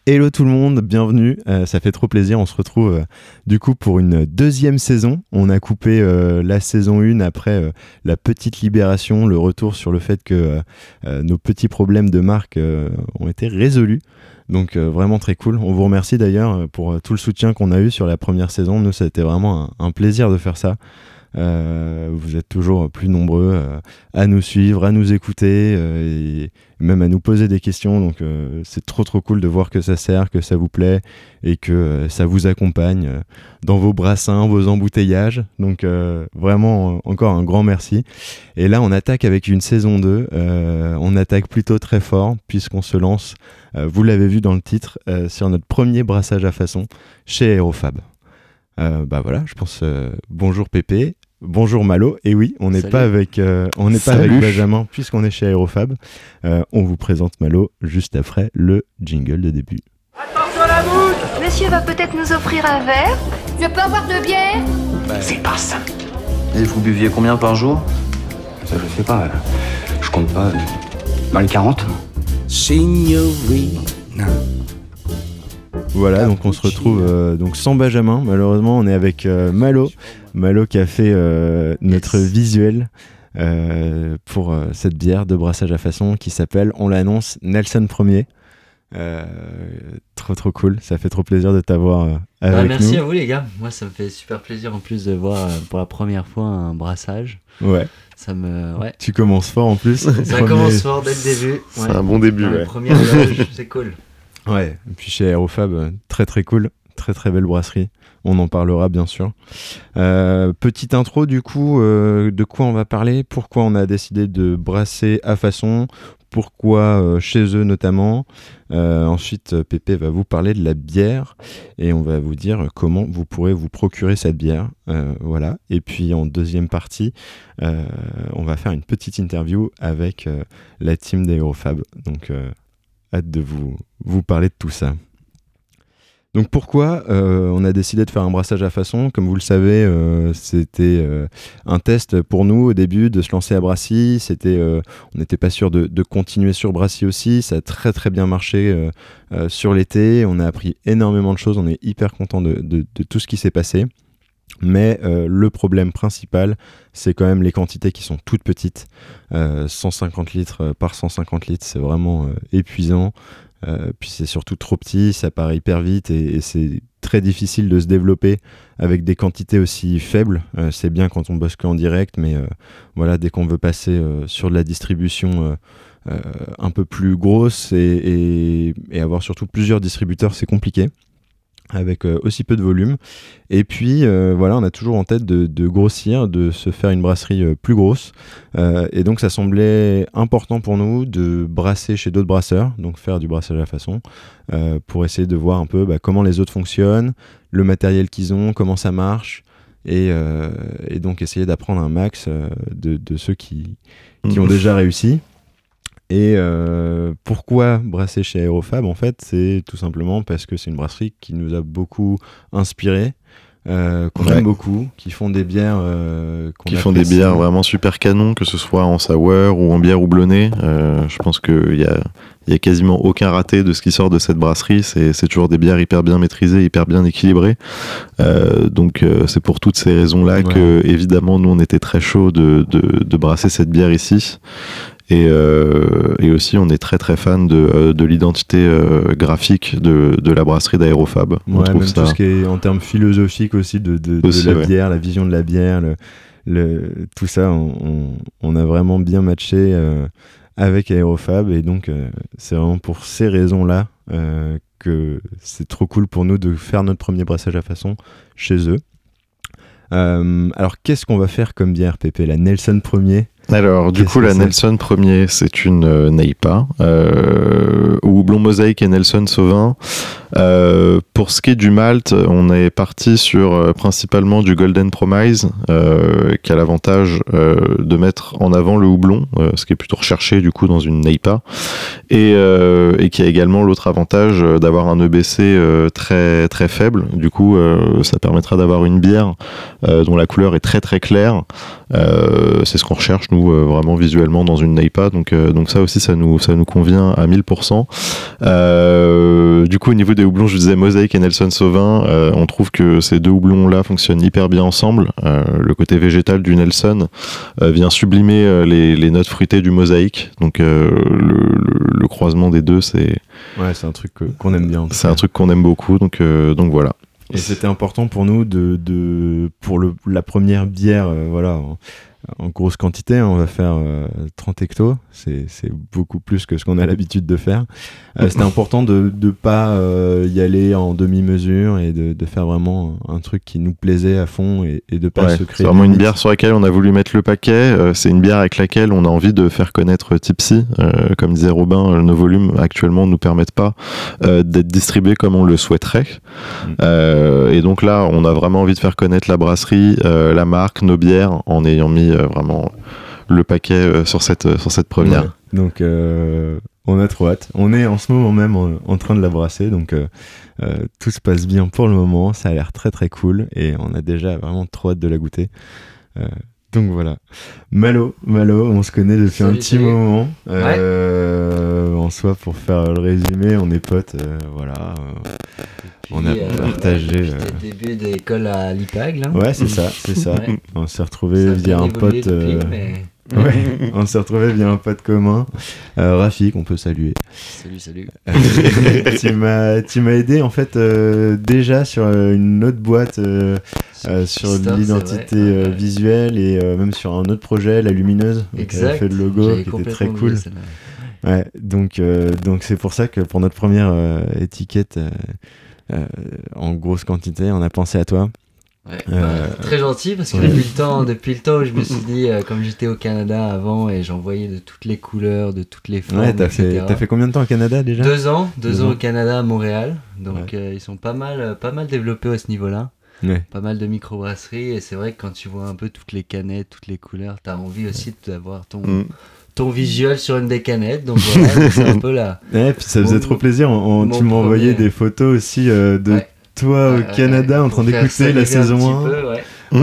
Hello tout le monde, bienvenue, ça fait trop plaisir, on se retrouve du coup pour une deuxième saison. On a coupé la saison 1 après la petite libération, le retour sur le fait que nos petits problèmes de marque ont été résolus. Donc vraiment très cool, on vous remercie d'ailleurs pour tout le soutien qu'on a eu sur la première saison. Nous ça a été vraiment un plaisir de faire ça. Vous êtes toujours plus nombreux à nous suivre, à nous écouter et même à nous poser des questions, donc c'est trop cool de voir que ça sert, que ça vous plaît et que ça vous accompagne dans vos brassins, vos embouteillages, donc vraiment encore un grand merci. Et là on attaque avec une saison 2, on attaque plutôt très fort puisqu'on se lance, vous l'avez vu dans le titre, sur notre premier brassage à façon chez Aérofab. Voilà, je pense bonjour Pépé, bonjour Malo, et oui, on n'est pas avec Benjamin puisqu'on est chez Aérofab. On vous présente Malo juste après le jingle de début. Attention à la mouche! Monsieur va peut-être nous offrir un verre. Je peux avoir de bière? C'est pas ça. Et vous buviez combien par jour? Ça, je sais pas. Je compte pas. Dans les 40. Signorina. Voilà, donc on se retrouve donc sans Benjamin. Malheureusement, on est avec Malo qui a fait notre visuel pour cette bière de brassage à façon qui s'appelle, on l'annonce, Nelson Ier. Trop cool, ça fait trop plaisir de t'avoir avec merci nous. à vous les gars, moi ça me fait super plaisir en plus de voir pour la première fois un brassage. Ouais. Ouais. Tu commences fort en plus. Ça commence fort dès le début. C'est un bon début. La première loge, c'est cool. Ouais, et puis chez Aérofab, très cool, très belle brasserie, on en parlera bien sûr. Petite intro du coup, de quoi on va parler, pourquoi on a décidé de brasser à façon, pourquoi chez eux notamment. Ensuite, Pépé va vous parler de la bière et on va vous dire comment vous pourrez vous procurer cette bière. Voilà. Et puis en deuxième partie, on va faire une petite interview avec la team d'Aérofab. Donc hâte de vous parler de tout ça. Donc pourquoi on a décidé de faire un brassage à façon? Comme vous le savez, c'était un test pour nous au début de se lancer à Brassy. On n'était pas sûr de continuer sur Brassy aussi. Ça a très bien marché sur l'été. On a appris énormément de choses. On est hyper content de tout ce qui s'est passé. Mais le problème principal, c'est quand même les quantités qui sont toutes petites. 150 litres par 150 litres, c'est vraiment épuisant. Puis c'est surtout trop petit, ça part hyper vite et c'est très difficile de se développer avec des quantités aussi faibles. C'est bien quand on bosse qu'en direct, mais voilà, dès qu'on veut passer sur de la distribution un peu plus grosse et avoir surtout plusieurs distributeurs, c'est compliqué, avec aussi peu de volume. Et puis voilà, on a toujours en tête de grossir, de se faire une brasserie plus grosse, et donc ça semblait important pour nous de brasser chez d'autres brasseurs, donc faire du brassage à façon, pour essayer de voir un peu comment les autres fonctionnent, le matériel qu'ils ont, comment ça marche, et donc essayer d'apprendre un max de ceux qui ont déjà réussi. Et pourquoi brasser chez Aérofab, en fait, c'est tout simplement parce que c'est une brasserie qui nous a beaucoup inspiré, qu'on aime beaucoup, qui font des bières qui font des bières vraiment super canon, que ce soit en sour ou en bière houblonnée. Je pense qu'il y a quasiment aucun raté de ce qui sort de cette brasserie. C'est toujours des bières hyper bien maîtrisées, hyper bien équilibrées. Donc c'est pour toutes ces raisons-là que, évidemment, nous on était très chaud de brasser cette bière ici. Et aussi on est très fan de l'identité graphique de la brasserie d'Aérofab. On trouve même ça... tout ce qui est en termes philosophiques aussi de la bière, la vision de la bière, tout ça, on a vraiment bien matché avec Aérofab, et donc c'est vraiment pour ces raisons-là que c'est trop cool pour nous de faire notre premier brassage à façon chez eux. Alors qu'est-ce qu'on va faire comme bière, Pépé? La Nelson Ier? Alors, du coup, la Nelson Ier, c'est une Neipa, houblon mosaïque et Nelson Sauvin. Pour ce qui est du malt, on est parti sur principalement du Golden Promise, qui a l'avantage de mettre en avant le houblon, ce qui est plutôt recherché du coup dans une Neipa, et qui a également l'autre avantage d'avoir un EBC très très faible. Du coup, ça permettra d'avoir une bière dont la couleur est très très claire. C'est ce qu'on recherche nous vraiment visuellement dans une NEIPA, donc ça aussi ça nous convient à 1000%. Du coup au niveau des houblons, je disais Mosaïque et Nelson Sauvin, on trouve que ces deux houblons là fonctionnent hyper bien ensemble. Le côté végétal du Nelson vient sublimer les notes fruitées du Mosaïque, donc le croisement des deux, c'est un truc qu'on aime bien. C'est un truc qu'on aime beaucoup, donc voilà. Et c'était important pour nous pour la première bière, en grosse quantité, on va faire 30 hectos, c'est beaucoup plus que ce qu'on a l'habitude de faire. C'était important de pas y aller en demi-mesure et de faire vraiment un truc qui nous plaisait à fond et de pas se créer. C'est vraiment une bière sur laquelle on a voulu mettre le paquet, c'est une bière avec laquelle on a envie de faire connaître Tipsy. Comme disait Robin, nos volumes actuellement ne nous permettent pas d'être distribués comme on le souhaiterait. Et donc là, on a vraiment envie de faire connaître la brasserie, la marque, nos bières, en ayant mis vraiment le paquet sur cette première. Ouais. Donc on a trop hâte. On est en ce moment même en train de la brasser, donc tout se passe bien pour le moment. Ça a l'air très très cool et on a déjà vraiment trop hâte de la goûter. Donc voilà. Malo, on se connaît depuis un petit moment. En soi, pour faire le résumé, on est potes. On a partagé. Depuis tes débuts d'école à l'IPAG, là. Ouais, c'est ça. Ouais. On s'est retrouvés via un pote. On s'est retrouvés via un pote commun, Rafik, on peut saluer. Salut. Tu m'as aidé en fait déjà sur une autre boîte, sur l'identité visuelle et même sur un autre projet, La Lumineuse. Exact. Qui a fait le logo, qui était très cool. Ouais, donc c'est pour ça que pour notre première étiquette en grosse quantité, on a pensé à toi. Ouais, très gentil parce que depuis le temps où je me suis dit, comme j'étais au Canada avant et j'en voyais de toutes les couleurs, de toutes les formes, t'as fait combien de temps au Canada déjà ? 2 ans au Canada à Montréal, donc ils sont pas mal développés à ce niveau-là. Ouais. Pas mal de microbrasseries et c'est vrai que quand tu vois un peu toutes les canettes, toutes les couleurs, t'as envie aussi d'avoir ton visuel sur une des canettes, donc voilà, c'est un peu là. Ouais, puis ça faisait trop plaisir, tu m'as envoyé des photos aussi toi au Canada en train d'écouter la saison 1.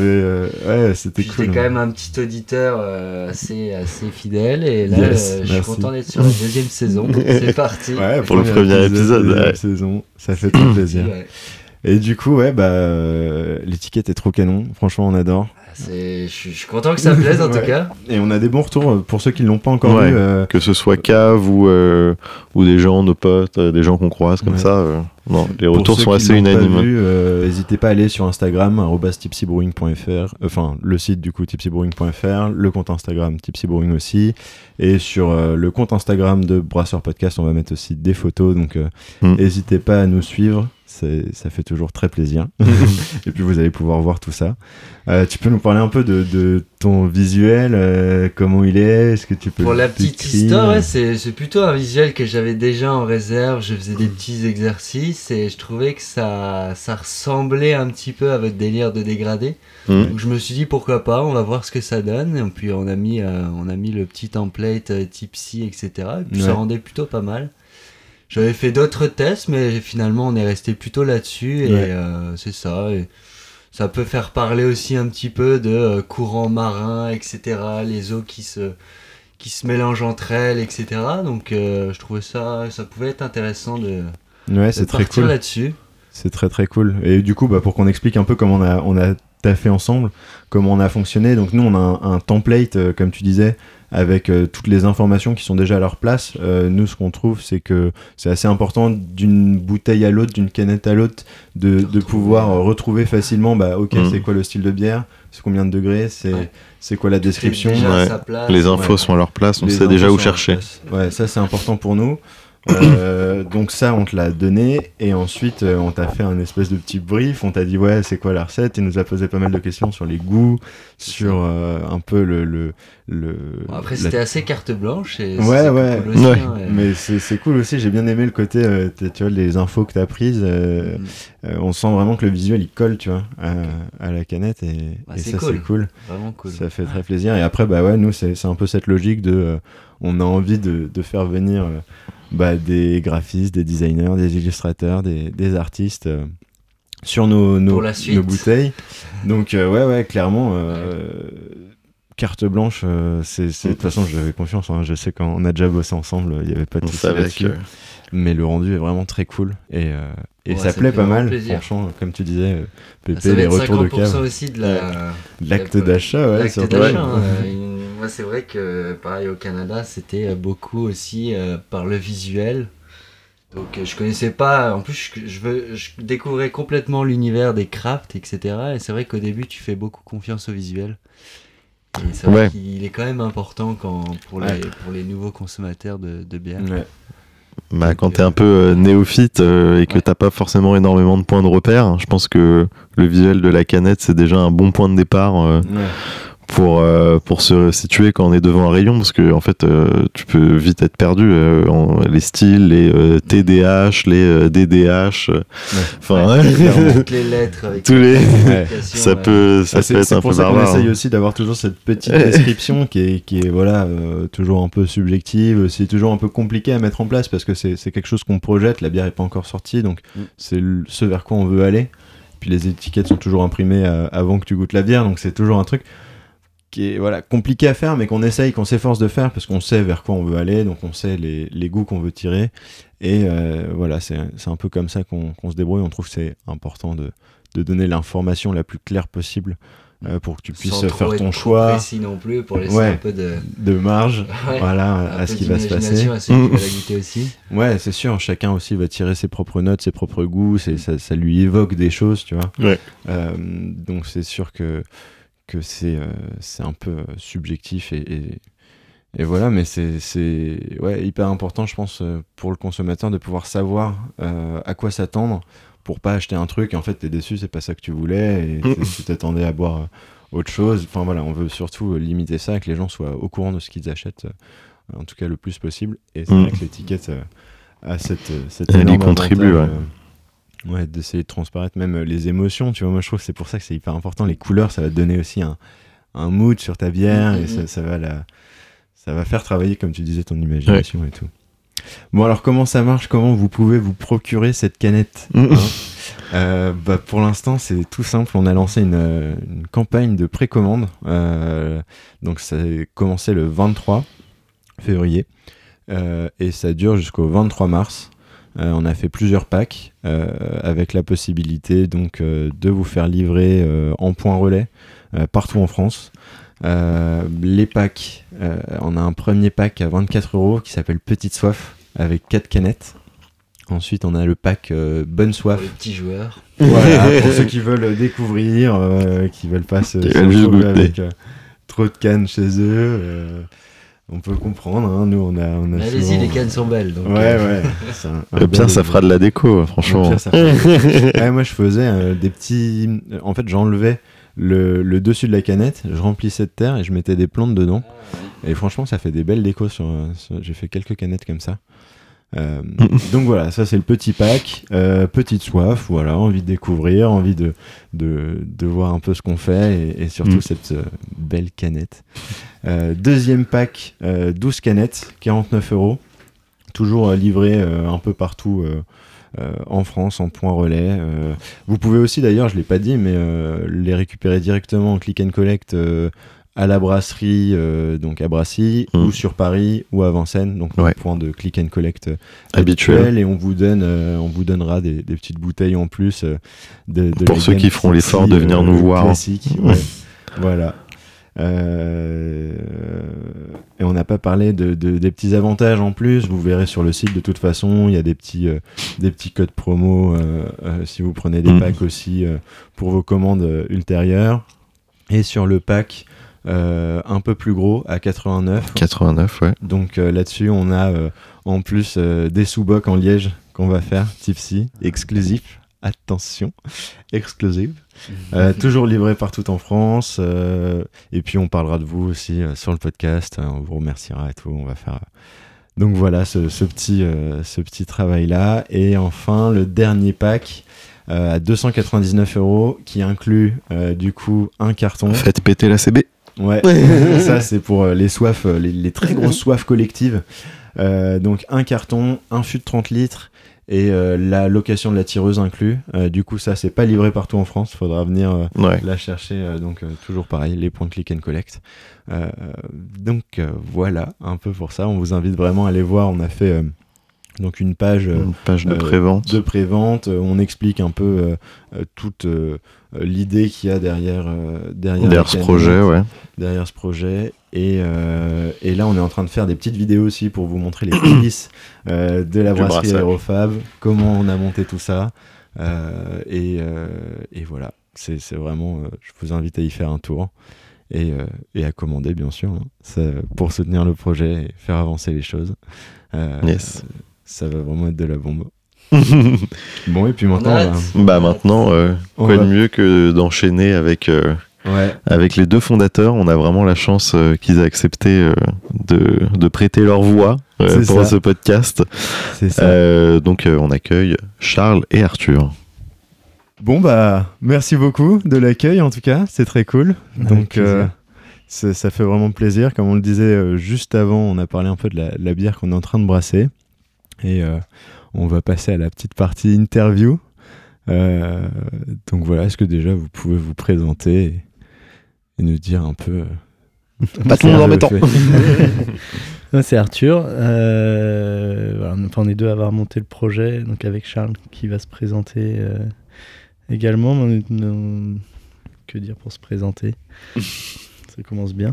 C'était cool. J'étais quand même un petit auditeur assez fidèle et là je suis content d'être sur la deuxième saison. C'est parti. Ouais, pour le premier épisode. Saison, ça fait trop plaisir. Et du coup, l'étiquette est trop canon. Franchement, on adore. Je suis content que ça plaise en tout cas. Et on a des bons retours pour ceux qui l'ont pas encore vu. Que ce soit Cave ou des gens, nos potes, des gens qu'on croise comme ça. Les retours sont assez unanimes. N'hésitez pas à aller sur Instagram @tipsybrewing.fr, enfin le site du coup tipsybrewing.fr, le compte Instagram tipsybrewing aussi, et sur le compte Instagram de Brasseur Podcast on va mettre aussi des photos, donc n'hésitez pas à nous suivre. Ça fait toujours très plaisir. Et puis vous allez pouvoir voir tout ça. Tu peux nous parler un peu de ton visuel, comment il est, est-ce que tu peux... Pour la petite histoire, c'est plutôt un visuel que j'avais déjà en réserve. Je faisais des petits exercices et je trouvais que ça ressemblait un petit peu à votre délire de dégradé. Donc je me suis dit pourquoi pas, on va voir ce que ça donne. Et puis on a mis le petit template Tipsy, etc. Et puis ça rendait plutôt pas mal. J'avais fait d'autres tests, mais finalement on est resté plutôt là-dessus et c'est ça. Et ça peut faire parler aussi un petit peu de courants marins, etc. Les eaux qui se mélangent entre elles, etc. Donc je trouvais ça pouvait être intéressant de c'est très partir cool. Là-dessus. C'est très très cool. Et du coup, pour qu'on explique un peu comment on a taffé ensemble, comment on a fonctionné. Donc nous, on a un template, comme tu disais, avec toutes les informations qui sont déjà à leur place. Nous, ce qu'on trouve, c'est que c'est assez important d'une bouteille à l'autre, d'une canette à l'autre, de pouvoir retrouver facilement, c'est quoi le style de bière, c'est combien de degrés, c'est quoi la description. Les infos sont à leur place, on sait déjà où chercher. Ouais, ça c'est important pour nous. Donc ça on te l'a donné et ensuite on t'a fait un espèce de petit brief, on t'a dit c'est quoi la recette, il nous a posé pas mal de questions sur les goûts, sur un peu le après c'était assez carte blanche et cool aussi, hein, mais c'est cool aussi, j'ai bien aimé le côté tu vois les infos que t'as prises, on sent vraiment que le visuel il colle tu vois à la canette et ça cool. C'est cool, vraiment cool, ça fait très plaisir. Et après nous c'est un peu cette logique de on a envie de faire venir des graphistes, des designers, des illustrateurs, des artistes sur nos bouteilles. Donc clairement carte blanche. De toute façon, j'avais confiance. Hein. Je sais quand on a déjà bossé ensemble, il n'y avait pas de souci là-dessus. Mais le rendu est vraiment très cool et ça plaît pas mal. Plaisir. Franchement, comme tu disais, Pépé, ça va les être retours de 50% cave. aussi de L'acte d'achat, ouais. l'acte d'achat. Moi, c'est vrai que pareil au Canada, c'était beaucoup aussi par le visuel. Donc je connaissais pas, en plus je découvrais complètement l'univers des crafts, etc. Et c'est vrai qu'au début tu fais beaucoup confiance au visuel. Et c'est vrai qu'il est quand même important pour les nouveaux consommateurs de bière. Ouais. Bah, quand t'es un peu néophyte et que t'as pas forcément énormément de points de repère, je pense que le visuel de la canette c'est déjà un bon point de départ pour se situer quand on est devant un rayon, parce que en fait tu peux vite être perdu les styles, les TDH, les DDH, toutes les lettres avec tous les ça peut être un peu barbare. C'est pour ça qu'on essaye aussi d'avoir toujours cette petite description qui est voilà toujours un peu subjective, c'est toujours un peu compliqué à mettre en place parce que c'est quelque chose qu'on projette, la bière est pas encore sortie, donc c'est ce vers quoi on veut aller. Puis les étiquettes sont toujours imprimées avant que tu goûtes la bière, donc c'est toujours un truc qui est compliqué à faire, mais qu'on essaye, qu'on s'efforce de faire parce qu'on sait vers quoi on veut aller, donc on sait les goûts qu'on veut tirer, et c'est un peu comme ça qu'on se débrouille. On trouve que c'est important de donner l'information la plus claire possible pour que tu puisses faire ton choix. Sans précis non plus, pour laisser un peu de marge à ce qui va se passer. À ceux qui veulent la goûter aussi. Ouais, c'est sûr, chacun aussi va tirer ses propres notes, ses propres goûts, ça lui évoque des choses, tu vois. Ouais. Donc c'est sûr que c'est un peu subjectif et voilà, mais c'est hyper important, je pense, pour le consommateur de pouvoir savoir à quoi s'attendre pour pas acheter un truc et en fait t'es déçu, c'est pas ça que tu voulais et tu t'attendais à boire autre chose. Enfin voilà, on veut surtout limiter ça, que les gens soient au courant de ce qu'ils achètent, en tout cas le plus possible, et c'est vrai que l'étiquette a cette énorme y contribue, d'essayer de transparaître même les émotions, tu vois. Moi je trouve que c'est pour ça que c'est hyper important, les couleurs, ça va te donner aussi un mood sur ta bière et ça va faire travailler, comme tu disais, ton imagination et tout. Bon, alors comment ça marche, comment vous pouvez vous procurer cette canette pour l'instant c'est tout simple, on a lancé une campagne de précommande, donc ça a commencé le 23 février et ça dure jusqu'au 23 mars. On a fait plusieurs packs avec la possibilité donc de vous faire livrer en point relais partout en France. Les packs, on a un premier pack à 24€ qui s'appelle Petite Soif avec 4 canettes. Ensuite on a le pack Bonne Soif pour les petits joueurs, voilà, pour ceux qui veulent découvrir, qui veulent pas se retrouver avec trop de cannes chez eux. On peut comprendre, hein. Nous on a allez-y, souvent... les cannes sont belles donc le pire ça fera de la déco, franchement. Moi je faisais des petits, en fait j'enlevais le dessus de la canette, je remplissais de terre et je mettais des plantes dedans, et franchement ça fait des belles décos j'ai fait quelques canettes comme ça. Donc voilà, ça c'est le petit pack, Petite Soif, voilà, envie de découvrir, envie de voir un peu ce qu'on fait et surtout cette belle canette. Deuxième pack, 12 canettes, 49€, toujours livré un peu partout en France en point relais. Vous pouvez aussi d'ailleurs, je l'ai pas dit, mais les récupérer directement en click and collect à la brasserie, donc à Brassy, ou sur Paris, ou à Vincennes, donc le point de click and collect habituel, et on vous donnera des petites bouteilles en plus pour ceux qui feront l'effort de venir nous voir. Classique, voilà. Et on n'a pas parlé des petits avantages en plus. Vous verrez sur le site, de toute façon, il y a des petits codes promo si vous prenez des packs aussi pour vos commandes ultérieures. Et sur le pack un peu plus gros à 89, ouais. Donc là-dessus on a en plus des sous-bocs en liège qu'on va faire, Tipsy, exclusif, attention, exclusive, toujours livré partout en France, et puis on parlera de vous aussi sur le podcast, on vous remerciera et tout, on va faire donc voilà ce petit travail là. Et enfin le dernier pack à 299€ qui inclut du coup un carton. Faites péter la CB. Ouais, ça c'est pour les soifs, les très grosses soifs collectives. Donc un carton, un fût de 30 litres et la location de la tireuse inclus. Du coup, ça, c'est pas livré partout en France. Faudra venir la chercher. Donc, toujours pareil, les points click and collect. Donc, voilà, un peu pour ça. On vous invite vraiment à aller voir. On a fait donc une page de prévente. On explique un peu toute l'idée qu'il y a derrière ce projet, ouais. Derrière ce projet. Et là, on est en train de faire des petites vidéos aussi pour vous montrer les coulisses de la brasserie Aérofab, comment on a monté tout ça. Et voilà, c'est vraiment, je vous invite à y faire un tour et à commander, bien sûr, pour soutenir le projet et faire avancer les choses. Yes. Ça va vraiment être de la bombe. Bon, et puis maintenant... quoi de mieux que d'enchaîner avec les deux fondateurs. On a vraiment la chance qu'ils aient accepté de prêter leur voix pour ce podcast. C'est ça. Donc on accueille Charles et Arthur. Bon, merci beaucoup de l'accueil, en tout cas. C'est très cool. Donc, ça fait vraiment plaisir. Comme on le disait juste avant, on a parlé un peu de la bière qu'on est en train de brasser. Et on va passer à la petite partie interview. Donc voilà, est-ce que déjà vous pouvez vous présenter et nous dire un peu... Pas tout le monde en mettant. Moi, c'est Arthur. On est deux à avoir monté le projet, donc avec Charles qui va se présenter également. Que dire pour se présenter? Ça commence bien.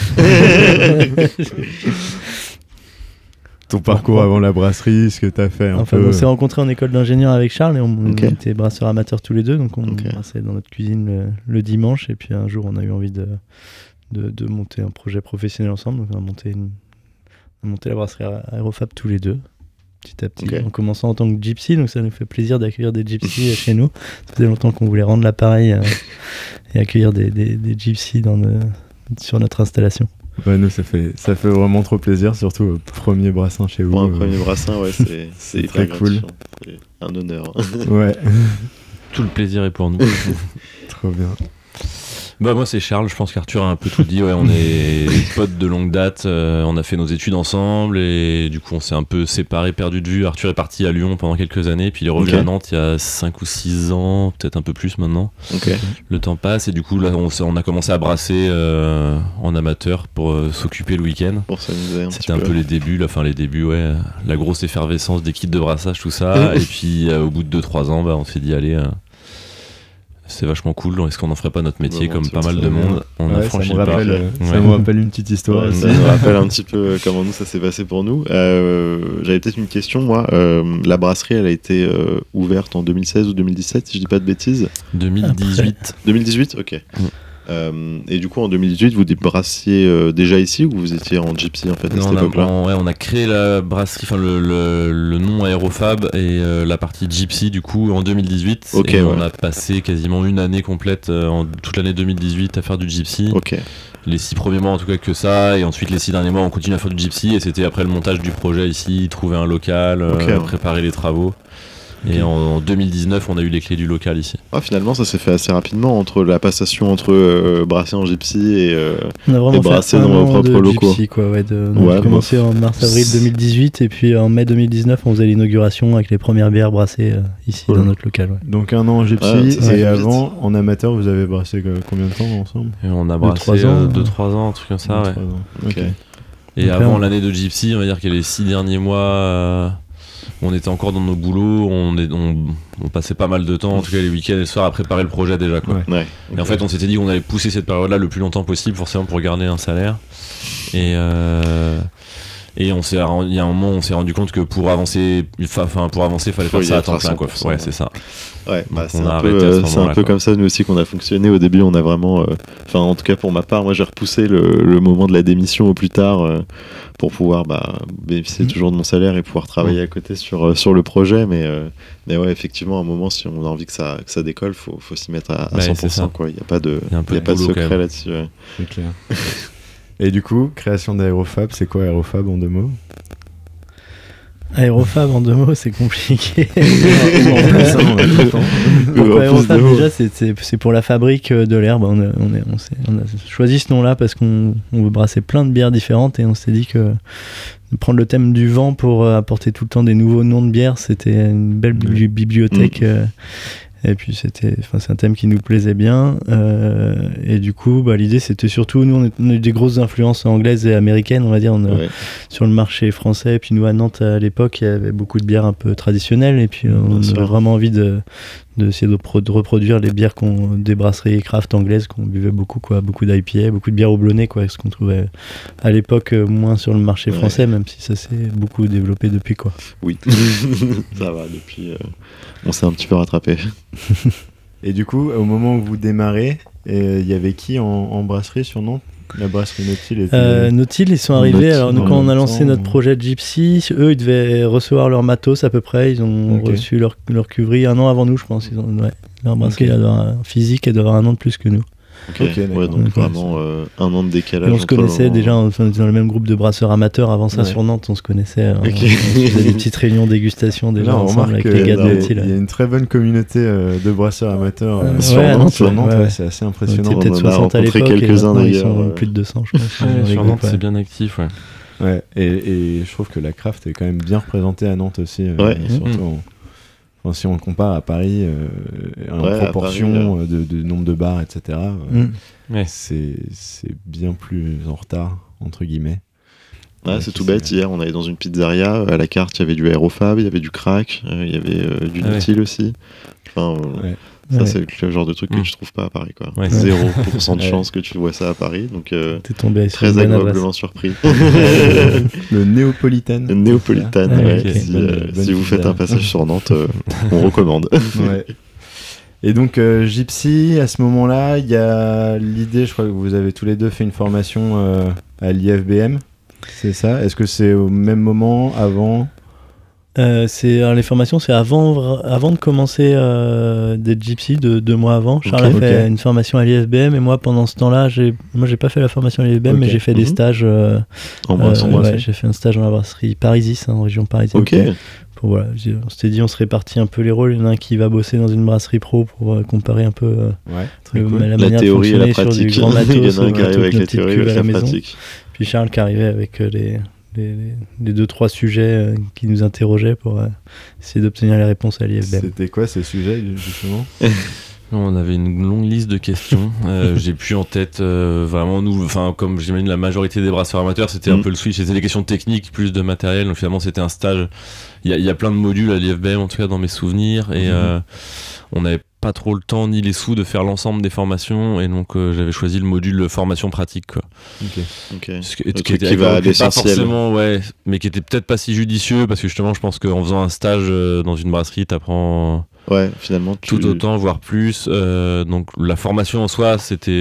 Ton parcours avant la brasserie, ce que tu as fait On s'est rencontrés en école d'ingénieur avec Charles et on était brasseurs amateurs tous les deux, donc on brassait dans notre cuisine le dimanche, et puis un jour on a eu envie de monter un projet professionnel ensemble, donc on a monté la brasserie Aérofab tous les deux, petit à petit, en commençant en tant que gypsy, donc ça nous fait plaisir d'accueillir des gypsies chez nous. Ça faisait longtemps qu'on voulait rendre l'appareil et accueillir des gypsies sur notre installation. Nous, ça fait vraiment trop plaisir, surtout premier brassin chez vous. Un premier brassin, c'est très cool. C'est un honneur. Ouais. Tout le plaisir est pour nous. Trop bien. Moi c'est Charles, je pense qu'Arthur a un peu tout dit. Ouais, on est potes de longue date, on a fait nos études ensemble et du coup on s'est un peu séparés, perdus de vue. Arthur est parti à Lyon pendant quelques années, puis il est revenu à Nantes il y a 5 ou 6 ans, peut-être un peu plus maintenant. Le temps passe et du coup là on a commencé à brasser en amateur pour s'occuper le week-end. Pour s'amuser C'était un peu les débuts, la grosse effervescence des kits de brassage, tout ça. Et puis au bout de 2-3 ans, on s'est dit allez... c'est vachement cool, est-ce qu'on n'en ferait pas notre métier comme pas mal de monde? On a franchi le pas. Ça me rappelle une petite histoire. Ça me rappelle un petit peu comment ça s'est passé pour nous. J'avais peut-être une question, moi. La brasserie, elle a été ouverte en 2016 ou 2017, si je dis pas de bêtises. 2018. 2018, ok. Et du coup en 2018 vous brassiez déjà ici ou vous étiez en gypsy en fait à cette époque-là? On a créé la brasserie, le nom Aérofab et la partie gypsy du coup en 2018 on a passé quasiment une année complète, toute l'année 2018 à faire du gypsy. Les 6 premiers mois en tout cas que ça, et ensuite les 6 derniers mois on continue à faire du gypsy, et c'était après le montage du projet ici, trouver un local, préparer les travaux. Et en 2019, on a eu les clés du local ici. Finalement, ça s'est fait assez rapidement entre la passation entre brasser en gypsy et brasser dans nos propres locaux. Gypsy, on a commencé en mars-avril 2018 et puis en mai 2019, on faisait l'inauguration avec les premières bières brassées ici dans notre local. Donc un an en gypsy et avant, en amateur, vous avez brassé combien de temps ensemble? Et on a brassé 2-3 ans, un truc comme ça. Et après, avant l'année de gypsy, on va dire que les 6 derniers mois... on était encore dans nos boulots, on passait pas mal de temps, en tout cas les week-ends et le soir, à préparer le projet déjà. Et en fait, on s'était dit qu'on allait pousser cette période-là le plus longtemps possible, forcément pour garder un salaire. Et il y a un moment, on s'est rendu compte que pour avancer, il fallait faire ça à temps plein. Ouais, c'est ça. C'est un peu comme ça nous aussi qu'on a fonctionné. Au début, on a vraiment, en tout cas pour ma part, moi j'ai repoussé le moment de la démission au plus tard pour pouvoir bénéficier toujours de mon salaire et pouvoir travailler à côté sur le projet. Mais ouais, effectivement, à un moment, si on a envie que ça décolle, faut s'y mettre à 100%. Il n'y a pas de secret là-dessus. C'est clair. Et du coup, création d'Aérofab, c'est quoi Aérofab en 2 mots? Aérofab en 2 mots, c'est compliqué. Pourquoi Aérofab, déjà, c'est pour la fabrique de l'herbe. On a choisi ce nom-là parce qu'on veut brasser plein de bières différentes et on s'est dit que de prendre le thème du vent pour apporter tout le temps des nouveaux noms de bières, c'était une belle bibliothèque. Et puis c'est un thème qui nous plaisait bien. Et du coup, l'idée c'était surtout, nous on a eu des grosses influences anglaises et américaines, on va dire, sur le marché français. Et puis nous à Nantes à l'époque, il y avait beaucoup de bières un peu traditionnelles. Et puis on avait vraiment envie d'essayer de reproduire les bières des brasseries craft anglaises qu'on buvait beaucoup, quoi. Beaucoup d'IPA, beaucoup de bières houblonnées, quoi, ce qu'on trouvait à l'époque moins sur le marché français, même si ça s'est beaucoup développé depuis, quoi. Oui, ça va, depuis on s'est un petit peu rattrapé. Et du coup, au moment où vous démarrez, il y avait qui en brasserie sur Nantes? La brasserie Nautil était... Nautil, ils sont arrivés. Alors, nous, quand on a lancé notre projet Gypsy, eux, ils devaient recevoir leur matos à peu près. Ils ont reçu leur cuverie 1 an avant nous, je pense. Leur brasserie, physique, elle doit avoir 1 an de plus que nous. Donc vraiment 1 an de décalage. Et on se connaissait déjà, on était dans le même groupe de brasseurs amateurs avant ça sur Nantes, on se connaissait. On faisait des petites réunions dégustation déjà ensemble avec les gars de Nautil. Il y a une très bonne communauté de brasseurs amateurs sur Nantes, c'est assez impressionnant. On était peut-être 60 à l'époque, quelques-uns d'ailleurs. Ils sont plus de 200, je pense. Sur Nantes, c'est bien actif, ouais. Et je trouve que la craft est quand même bien représentée à Nantes aussi, surtout si on compare à Paris en proportion Paris, de nombre de bars, etc., c'est bien plus en retard, entre guillemets. C'est tout bête. Hier, on allait dans une pizzeria. À la carte, il y avait du Aérofab, il y avait du Crack, il y avait du Nautil aussi. Enfin, ça, c'est le genre de truc que tu trouves pas à Paris, quoi. 0% de chance que tu vois ça à Paris. Donc, t'es tombé très agréablement surpris. Le Néapolitane. Le Néapolitane, si vous faites un passage sur Nantes, on recommande. Et donc, Gypsy, à ce moment-là, il y a l'idée, je crois que vous avez tous les deux fait une formation à l'IFBM. C'est ça? Est-ce que c'est au même moment, avant? Les formations, c'est avant de commencer d'être Gypsy, 2 mois avant. Charles a fait une formation à l'IFBM et moi, pendant ce temps-là, j'ai pas fait la formation à l'IFBM, mais j'ai fait des stages en brasserie. J'ai fait un stage dans la brasserie Parisis, en région parisienne. On s'était dit, on se répartit un peu les rôles. Il y en a un qui va bosser dans une brasserie pro pour comparer un peu la théorie et la pratique. Sur du grand matos, il y en a un qui arrive avec la théorie et la pratique. Puis Charles qui arrivait avec les 2-3 sujets qui nous interrogeaient pour essayer d'obtenir les réponses à l'IFBM. C'était quoi ces sujets, justement? On avait une longue liste de questions. J'ai plus en tête vraiment comme j'imagine la majorité des brasseurs amateurs, c'était un peu le switch. C'était des questions techniques plus de matériel. Donc finalement, c'était un stage. Il y a plein de modules à l'IFBM, en tout cas dans mes souvenirs. Et on n'avait pas trop le temps ni les sous de faire l'ensemble des formations. Et donc j'avais choisi le module formation pratique, quoi. Qui va à l'essentiel. Mais qui était peut-être pas si judicieux parce que justement, je pense qu'en faisant un stage dans une brasserie, t'apprends. Finalement tout autant, voire plus. Donc la formation en soi,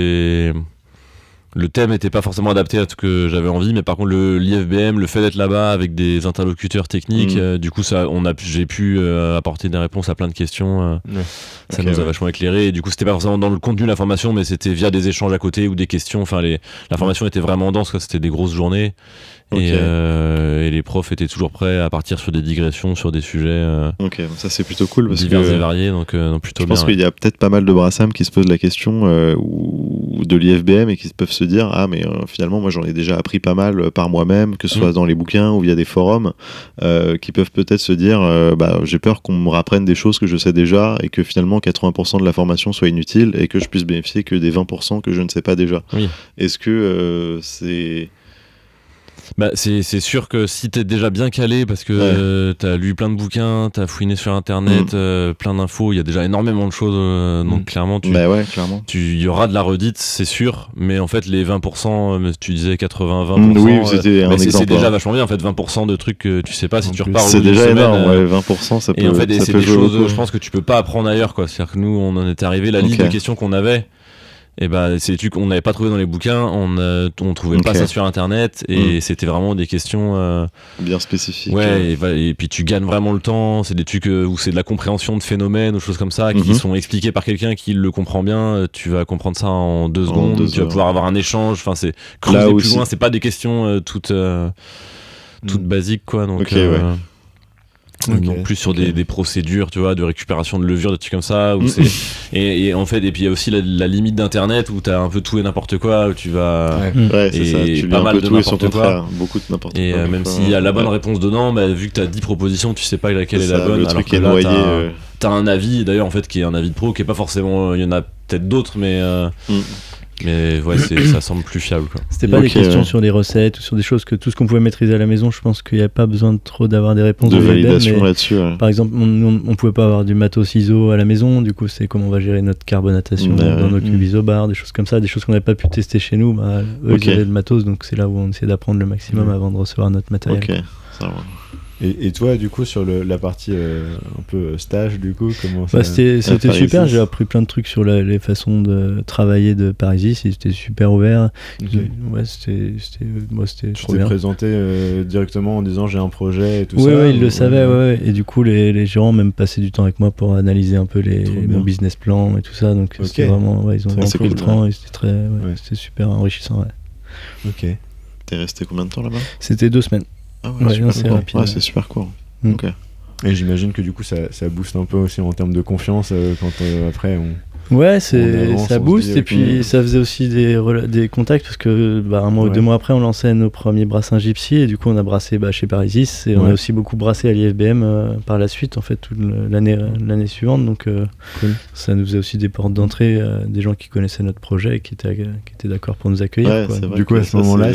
le thème n'était pas forcément adapté à ce que j'avais envie, mais par contre l'IFBM, le fait d'être là-bas avec des interlocuteurs techniques, du coup j'ai pu apporter des réponses à plein de questions. Ça nous a vachement éclairé. Et du coup, c'était pas forcément dans le contenu de la formation, mais c'était via des échanges à côté ou des questions. Enfin, la formation était vraiment dense, quoi. C'était des grosses journées. Et les profs étaient toujours prêts à partir sur des digressions, sur des sujets ça c'est plutôt cool parce divers et variés, donc plutôt bien. Je pense qu'il y a peut-être pas mal de brassams qui se posent la question ou de l'IFBM et qui peuvent se dire mais finalement moi j'en ai déjà appris pas mal par moi-même, que ce soit dans les bouquins ou via des forums, qui peuvent peut-être se dire j'ai peur qu'on me rapprenne des choses que je sais déjà et que finalement 80% de la formation soit inutile et que je puisse bénéficier que des 20% que je ne sais pas déjà. Est-ce que c'est... c'est sûr que si t'es déjà bien calé parce que t'as lu plein de bouquins, t'as fouiné sur internet, plein d'infos, il y a déjà énormément de choses, donc clairement il y aura de la redite, c'est sûr, mais en fait les 20%, tu disais 80-20%, c'était un exemple, c'est déjà vachement bien en fait, 20% de trucs que tu sais pas, si tu repars c'est déjà énorme, 20% ça peut. Et en fait c'est des choses, je pense que tu peux pas apprendre ailleurs, quoi. C'est-à-dire que nous on en était arrivé, la liste de questions qu'on avait, et c'est des trucs qu'on n'avait pas trouvé dans les bouquins, on trouvait pas ça sur internet, et c'était vraiment des questions bien spécifiques. Et puis tu gagnes vraiment le temps, c'est des trucs où c'est de la compréhension de phénomènes ou choses comme ça qui sont expliqués par quelqu'un qui le comprend bien, tu vas comprendre ça en 2 secondes, tu vas pouvoir avoir un échange, enfin c'est creuser plus loin, c'est pas des questions toutes basiques, quoi. Donc Donc plus sur des procédures, tu vois, de récupération de levure, des trucs comme ça. Où c'est... et en fait, et puis il y a aussi la limite d'internet où t'as un peu tout et n'importe quoi, où tu vas. Ouais, c'est ça. Tu pas mal de tout et son n'importe quoi. contraire. Beaucoup de n'importe quoi. Et même s'il y a la bonne réponse dedans, bah, vu que t'as 10 propositions, tu sais pas laquelle est la bonne. Le alors truc que est là, noyé. t'as un avis, d'ailleurs, en fait, qui est un avis de pro, qui est pas forcément. Il y en a peut-être d'autres, mais. Mais ouais, ça semble plus fiable, quoi. C'était pas des questions sur des recettes ou sur des choses que tout ce qu'on pouvait maîtriser à la maison. Je pense qu'il n'y a pas besoin d'avoir des réponses de validation là-dessus. Par exemple, on pouvait pas avoir du matos ISO à la maison. Du coup, c'est comment on va gérer notre carbonatation dans nos cubes isobars, des choses comme ça, des choses qu'on n'avait pas pu tester chez nous. Eux, ils avaient le matos, donc c'est là où on essaie d'apprendre le maximum avant de recevoir notre matériel. Ok, ça va. Et toi, du coup, sur la partie un peu stage, du coup, comment ça... C'était super, j'ai appris plein de trucs sur les façons de travailler de Parisis, c'était super ouvert. Ouais, c'était trop bien. Tu t'es présenté directement en disant j'ai un projet et tout ça. Oui, ils le savaient, ouais. Et du coup, les gérants même passaient du temps avec moi pour analyser un peu mon business plan et tout ça. Donc c'était vraiment, ils ont vraiment pris le temps et c'était super enrichissant. Ouais. Ok. T'es resté combien de temps là-bas ? C'était 2 semaines. Ah ouais, c'est rapide. Ouais, c'est super court. Ok. Et j'imagine que du coup ça booste un peu aussi en termes de confiance quand après on... Ouais, ça booste et puis ça faisait aussi des contacts parce que un mois ou 2 mois après on lançait nos premiers brassins Gypsy et du coup on a brassé chez Parisis et on a aussi beaucoup brassé à l'IFBM par la suite en fait toute l'année suivante, donc ça nous faisait aussi des portes d'entrée, des gens qui connaissaient notre projet et qui étaient d'accord pour nous accueillir. Quoi. Du coup à ce moment-là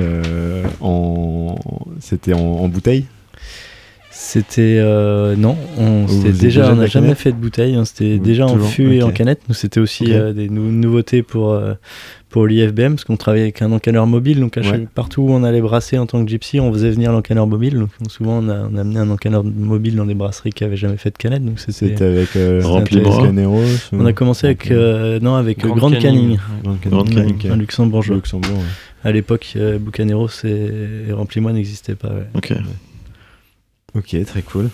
c'était en bouteille. C'était non, on n'a jamais fait de bouteille, c'était déjà en fût et en canette. Nous c'était aussi des nouveautés pour l'IFBM parce qu'on travaillait avec un encanneur mobile, donc partout où on allait brasser en tant que Gypsy, on faisait venir l'encanneur mobile. Donc souvent on a amené un encanneur mobile dans des brasseries qui avaient jamais fait de canette. Donc c'était avec Rempli On a commencé avec Grande Canning, un luxembourgeois. À l'époque, Bucaneros et Rempli Moi n'existaient pas. Ok. Ok, très cool.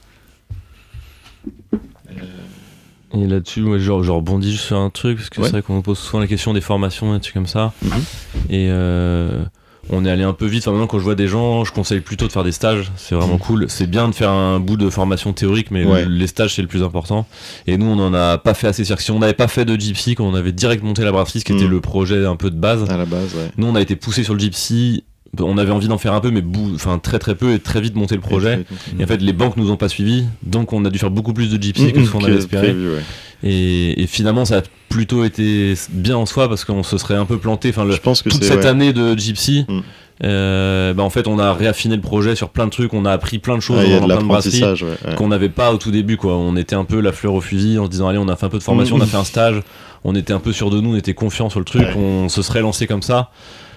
Et là-dessus, je rebondis juste sur un truc, parce que c'est vrai qu'on nous pose souvent la question des formations et des trucs comme ça. Et on est allé un peu vite. Enfin, maintenant, quand je vois des gens, je conseille plutôt de faire des stages. C'est vraiment cool. C'est bien de faire un bout de formation théorique, mais les stages, c'est le plus important. Et nous, on n'en a pas fait assez. C'est-à-dire que si on n'avait pas fait de Gypsy, quand on avait direct monté la brasserie, ce qui était le projet un peu de base. À la base, nous, on a été poussé sur le Gypsy. On avait envie d'en faire un peu, mais très très peu et très vite monter le projet. Et en fait, les banques nous ont pas suivis, donc on a dû faire beaucoup plus de Gypsy que ce qu'on avait espéré. Et finalement, ça a plutôt été bien en soi parce qu'on se serait un peu planté. Je pense que toute cette année de Gypsy, en fait, on a réaffiné le projet sur plein de trucs, on a appris plein de choses dans plein de brasseries qu'on n'avait pas au tout début, quoi. On était un peu la fleur au fusil en se disant allez, on a fait un peu de formation, on a fait un stage, on était un peu sûr de nous, on était confiant sur le truc, on se serait lancé comme ça.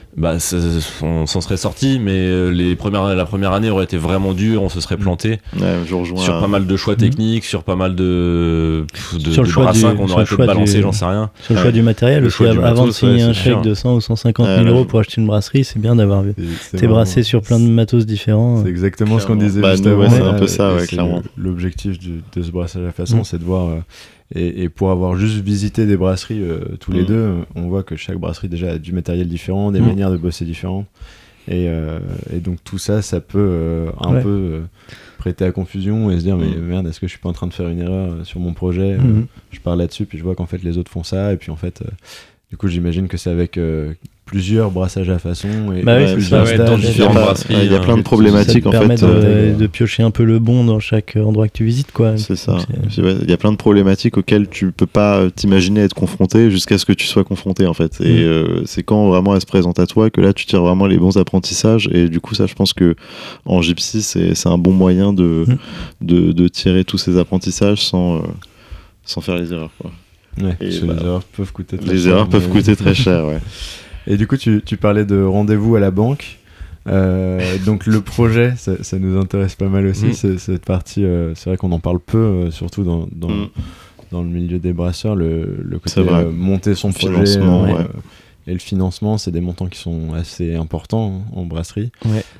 On s'en serait sorti, mais la première année aurait été vraiment dure, on se serait planté sur pas mal de choix techniques, sur pas mal de brassins qu'on aurait peut-être balancé, j'en sais rien. Sur le choix du matériel aussi, avant de signer un chèque de 100 ou 150 000 euros pour acheter une brasserie, c'est bien d'avoir été brassé sur plein de matos différents. C'est exactement ce qu'on disait juste avant. C'est un peu ça, clairement. L'objectif de ce brassage à la façon, c'est de voir... Et pour avoir juste visité des brasseries tous les deux, on voit que chaque brasserie déjà a du matériel différent, des manières de bosser différentes. Et donc tout ça, ça peut un peu prêter à confusion et se dire mais merde, est-ce que je suis pas en train de faire une erreur sur mon projet Je pars là-dessus, puis je vois qu'en fait les autres font ça, et puis en fait, du coup j'imagine que c'est avec... plusieurs brassages à façon et plusieurs stages dans différentes brasseries. Il y a plein de problématiques en fait. Ça te permet de piocher un peu le bon dans chaque endroit que tu visites, quoi. C'est ça. Il y a plein de problématiques auxquelles tu peux pas t'imaginer être confronté jusqu'à ce que tu sois confronté en fait. Et c'est quand vraiment elle se présente à toi que là tu tires vraiment les bons apprentissages. Et du coup ça, je pense que en Gypsy c'est un bon moyen de tirer tous ces apprentissages sans faire les erreurs, quoi. Les erreurs peuvent coûter très cher. Les erreurs peuvent coûter très cher, ouais. Et du coup, tu parlais de rendez-vous à la banque. Donc le projet, ça nous intéresse pas mal aussi, cette partie. C'est vrai qu'on en parle peu, surtout dans le milieu des brasseurs, le côté monter son projet et le financement, c'est des montants qui sont assez importants en brasserie.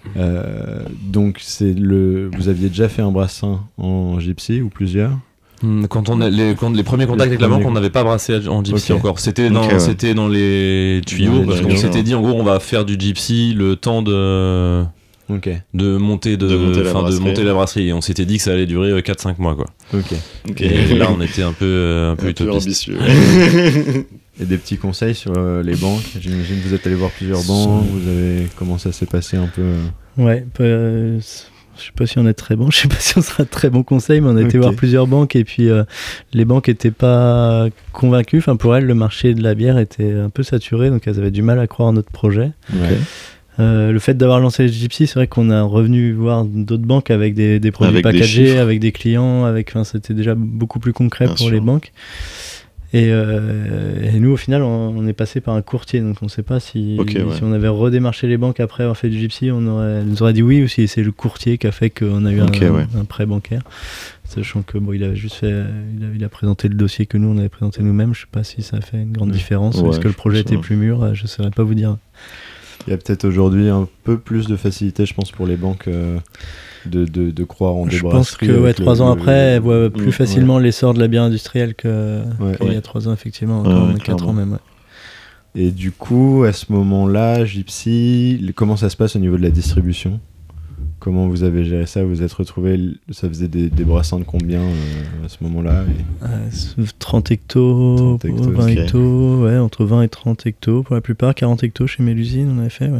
Donc vous aviez déjà fait un brassin en Gypsy ou plusieurs? Quand les premiers contacts avec la banque, on n'avait pas brassé en Gypsy encore. C'était dans les tuyaux, parce qu'on s'était dit en gros on va faire du Gypsy le temps de de monter la brasserie. Et on s'était dit que ça allait durer 4-5 mois, quoi. Et là, on était un peu utopiste. Et des petits conseils sur les banques. J'imagine que vous êtes allé voir plusieurs banques. Comment ça s'est passé un peu Ouais, je sais pas si on est très bon, je sais pas si on sera de très bons conseils, mais on a été voir plusieurs banques et puis les banques étaient pas convaincues. Enfin, pour elles, le marché de la bière était un peu saturé, donc elles avaient du mal à croire en notre projet. Le fait d'avoir lancé les Gypsy, c'est vrai qu'on a revenu voir d'autres banques avec des produits packagés, avec des clients, c'était déjà beaucoup plus concret pour les banques. Et nous, au final, on est passé par un courtier, donc on ne sait pas si on avait redémarché les banques après avoir fait du Gypsy, elle nous aurait dit oui, ou si c'est le courtier qui a fait qu'on a eu un prêt bancaire, sachant que il avait juste fait, il a présenté le dossier que nous on avait présenté nous-mêmes. Je ne sais pas si ça a fait une grande différence, est-ce que le projet était plus mûr, je ne saurais pas vous dire. Il y a peut-être aujourd'hui un peu plus de facilité, je pense, pour les banques de croire en des brasseries. Je pense que 3 ans après, elles voient plus facilement l'essor de la bière industrielle qu'il y a 3 ans, effectivement, encore 4 ans même. Et du coup, à ce moment-là, Gypsy, comment ça se passe au niveau de la distribution ? Comment vous avez géré ça ? Vous vous êtes retrouvés, ça faisait des brassins de combien à ce moment-là 30 hectos, 20 hectos, entre 20 et 30 hectos pour la plupart, 40 hectos chez Mélusine on avait fait,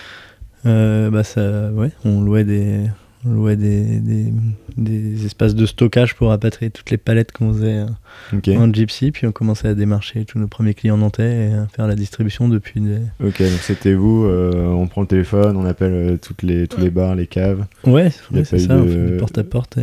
on louait des espaces de stockage pour rapatrier toutes les palettes qu'on faisait en Gypsy, puis on commençait à démarcher tous nos premiers clients nantais et à faire la distribution depuis donc c'était vous, on prend le téléphone, on appelle tous les bars, les caves. C'est ça, on fait du porte-à-porte.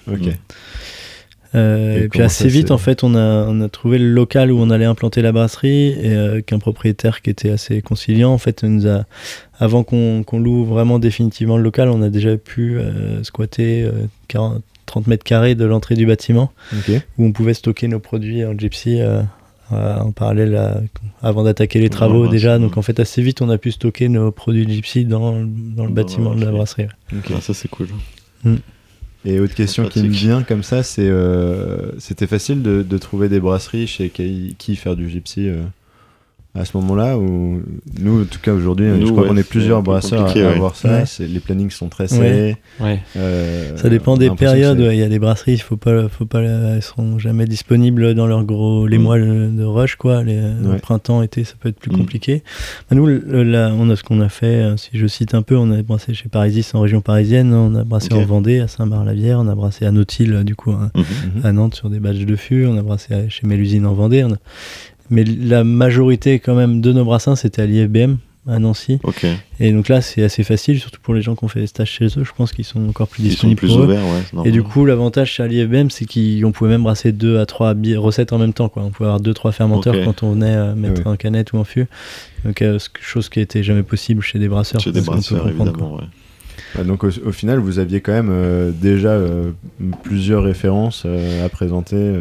Et puis assez vite, en fait, on a trouvé le local où on allait implanter la brasserie, et avec un propriétaire qui était assez conciliant. En fait, avant qu'on loue vraiment définitivement le local, on a déjà pu squatter 30 mètres carrés de l'entrée du bâtiment, où on pouvait stocker nos produits en Gypsy en parallèle avant d'attaquer les travaux déjà. Donc en fait, assez vite, on a pu stocker nos produits Gypsy dans le bâtiment de la brasserie. Ça, c'est cool. Et autre question qui me vient comme ça, c'était facile de trouver des brasseries chez qui faire du Gypsy à ce moment-là, ou nous en tout cas aujourd'hui, je crois qu'on est plusieurs brasseurs à avoir ça. Les plannings sont très serrés. Ça dépend des périodes. Il y a des brasseries, elles seront jamais disponibles dans les mois de rush, quoi. Le printemps, été, ça peut être plus compliqué. Nous, on a ce qu'on a fait. Si je cite un peu, on a brassé chez Parisis en région parisienne, on a brassé en Vendée, à Saint-Bar-la-Bière, on a brassé à Nautil, du coup, à Nantes sur des batchs de fûts, on a brassé chez Mélusine en Vendée. Mais la majorité quand même de nos brassins, c'était à l'IFBM, à Nancy. Et donc là, c'est assez facile, surtout pour les gens qui ont fait des stages chez eux. Je pense qu'ils sont encore plus disponibles pour eux. Et du coup, l'avantage chez l'IFBM, c'est qu'on pouvait même brasser 2 à 3 recettes en même temps, quoi. On pouvait avoir 2-3 fermenteurs quand on venait mettre en canette ou en fût. Donc, chose qui n'était jamais possible chez des brasseurs. Chez des brasseurs, évidemment, donc au final, vous aviez quand même déjà plusieurs références à présenter.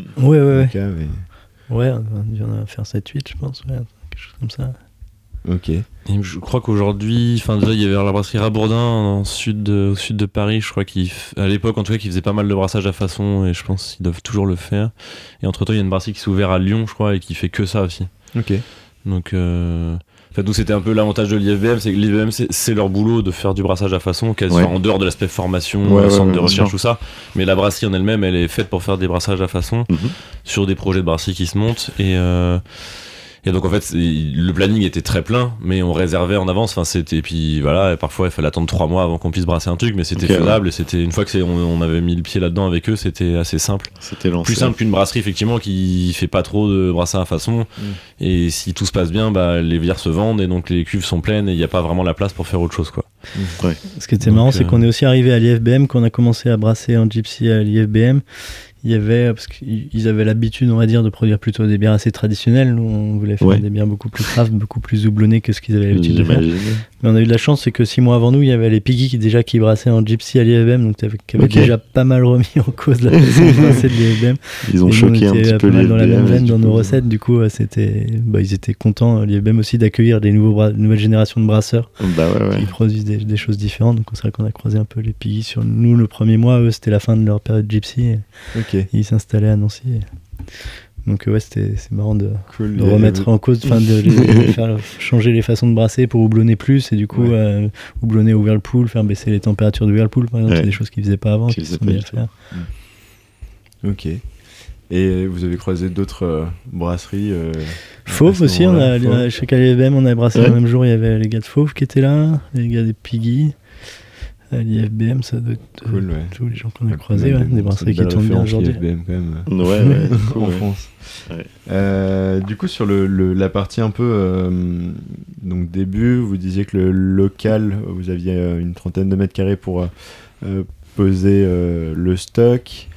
On a dû en faire 7-8, je pense, quelque chose comme ça. Et je crois qu'aujourd'hui, déjà il y avait la brasserie Rabourdin au sud de Paris, je crois qu'à l'époque en tout cas, qui faisait pas mal de brassage à façon, et je pense qu'ils doivent toujours le faire. Et entre temps, il y a une brasserie qui s'est ouverte à Lyon, je crois, et qui fait que ça aussi. Donc nous, c'était un peu l'avantage de l'IFBM, c'est que l'IFBM, c'est leur boulot de faire du brassage à façon, quasiment en dehors de l'aspect formation, centre de recherche, tout ça. Mais la brasserie en elle-même, elle est faite pour faire des brassages à façon sur des projets de brasserie qui se montent. Et donc en fait, le planning était très plein, mais on réservait en avance. Et puis voilà, et parfois il fallait attendre 3 mois avant qu'on puisse brasser un truc, mais c'était faisable. Et c'était une fois que on avait mis le pied là-dedans avec eux, c'était assez simple. C'était lancé. Plus simple qu'une brasserie effectivement qui fait pas trop de brassins à façon. Et si tout se passe bien, les bières se vendent et donc les cuves sont pleines et il n'y a pas vraiment la place pour faire autre chose, quoi. Ce qui était marrant, c'est qu'on est aussi arrivé à l'IFBM, quand on a commencé à brasser en Gypsy à l'IFBM. Il y avait, parce qu'ils avaient l'habitude, on va dire, de produire plutôt des bières assez traditionnelles. Nous, on voulait faire des bières beaucoup plus craft, beaucoup plus houblonnées que ce qu'ils avaient l'habitude de faire. Mais on a eu de la chance, c'est que 6 mois avant nous, il y avait les Piggy qui brassaient en Gypsy à l'IFBM, donc qui avaient déjà pas mal remis en cause la façon de brasser de l'IFBM. Ils ont choqué un petit peu dans la même veine dans nos recettes. Du coup, ils étaient contents, l'IFBM aussi, d'accueillir des nouvelles générations de brasseurs qui produisent des choses différentes. Donc c'est vrai qu'on a croisé un peu les Piggy sur nous le premier mois. Eux, c'était la fin de leur période Gypsy. Ils s'installaient à Nancy. Donc c'est marrant de remettre en cause, de faire changer les façons de brasser pour houblonner plus, et du coup houblonner au whirlpool, faire baisser les températures du whirlpool par exemple, c'est des choses qu'ils faisaient pas avant, qui sont bien à faire. Ok. Et vous avez croisé d'autres brasseries Fauve aussi, chez KLFBM on avait brassé le même jour, il y avait les gars de Fauve qui étaient là, les gars des Piggy. À l'IFBM, ça doit être cool, tous les gens qu'on a croisés, des brasseries qui tournent bien aujourd'hui. IFBM quand même. Cool, en France. Du coup, sur la partie un peu donc début, vous disiez que le local, vous aviez une trentaine de mètres carrés pour poser le stock.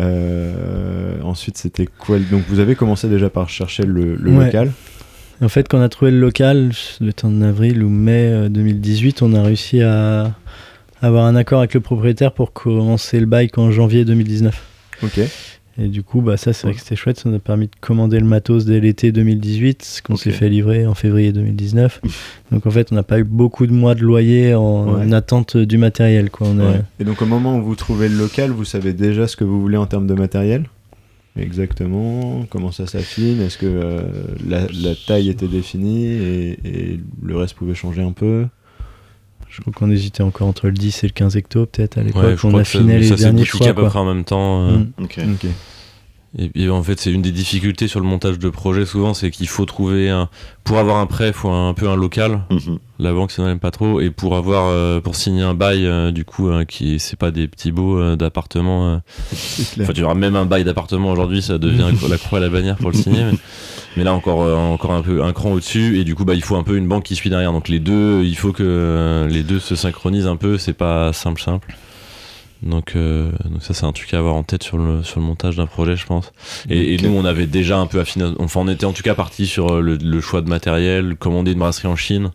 Ensuite, c'était quoi? Donc, vous avez commencé déjà par chercher le local. En fait, quand on a trouvé le local, le temps en avril ou mai 2018, on a réussi à avoir un accord avec le propriétaire pour commencer le bail qu'en janvier 2019. Ok. Et du coup, ça c'est vrai que c'était chouette, ça nous a permis de commander le matos dès l'été 2018, qu'on s'est fait livrer en février 2019. Donc en fait, on n'a pas eu beaucoup de mois de loyer en attente du matériel, quoi. Et donc au moment où vous trouvez le local, vous savez déjà ce que vous voulez en termes de matériel ? Exactement, comment ça s'affine ? Est-ce que la taille était définie et le reste pouvait changer un peu ? Je crois qu'on hésitait encore entre le 10 et le 15 hectos peut-être à l'époque, on affinait les derniers choix. À peu près en même temps. Ok. Et en fait, c'est une des difficultés sur le montage de projet souvent, c'est qu'il faut trouver pour avoir un prêt, il faut un peu un local. La banque, ça n'aime pas trop. Et pour signer un bail, du coup, c'est pas des petits baux d'appartements. Enfin, tu verras, même un bail d'appartement aujourd'hui, ça devient la croix et la bannière pour le signer. Mais là, encore un cran au-dessus. Et du coup, il faut un peu une banque qui suit derrière. Donc les deux, il faut que les deux se synchronisent un peu. C'est pas simple. Donc ça, c'est un truc à avoir en tête sur le montage d'un projet, je pense. Et nous, on avait déjà un peu affiné. Enfin, on était en tout cas parti sur le choix de matériel, commander une brasserie en Chine.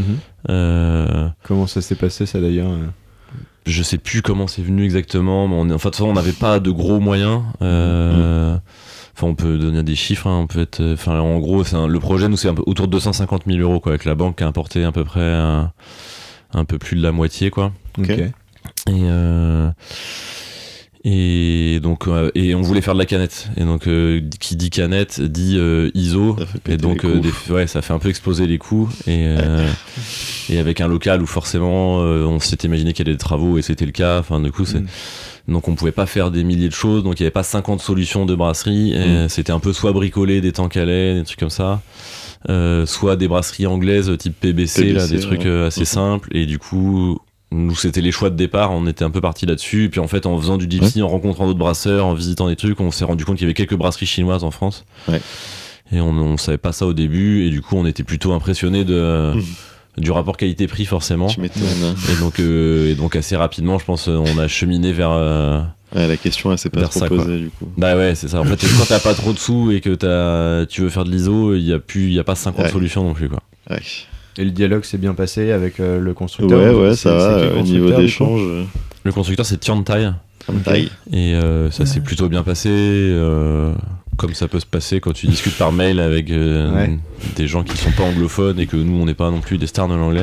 Comment ça s'est passé, ça, d'ailleurs Je sais plus comment c'est venu exactement. Mais de toute façon, on n'avait pas de gros moyens. On peut donner des chiffres. On peut être. En gros, le projet, nous, c'est un peu autour de 250 000 euros, quoi, avec la banque qui a apporté à peu près un peu plus de la moitié, quoi. Ok. Et donc on voulait faire de la canette, et donc qui dit canette dit ISO, et donc ça fait un peu exploser les coûts, et avec un local où forcément on s'était imaginé qu'il y avait des travaux, et c'était le cas. Du coup donc on pouvait pas faire des milliers de choses, donc il y avait pas 50 solutions de brasserie, et c'était un peu soit bricoler des tanks à lait, des trucs comme ça, soit des brasseries anglaises type PBC là, des trucs assez simples. Et du coup, nous, c'était les choix de départ, on était un peu parti là-dessus. Et puis en fait, en faisant du gypsy, en rencontrant d'autres brasseurs, en visitant des trucs, on s'est rendu compte qu'il y avait quelques brasseries chinoises en France. Et on savait pas ça au début, et du coup on était plutôt impressionné du rapport qualité-prix, forcément. Tu m'étonnes. Et donc assez rapidement, je pense, on a cheminé vers la question, elle s'est pas trop posée, du coup. C'est ça. En fait, quand t'as pas trop de sous et que tu veux faire de l'ISO, il y a pas 50 solutions non plus, quoi. Et le dialogue s'est bien passé avec le constructeur. Ouais, ça va, au niveau d'échange. Le constructeur, c'est Tiantai. Et ça s'est plutôt bien passé, comme ça peut se passer quand tu discutes par mail avec des gens qui sont pas anglophones, et que nous, on n'est pas non plus des stars de l'anglais.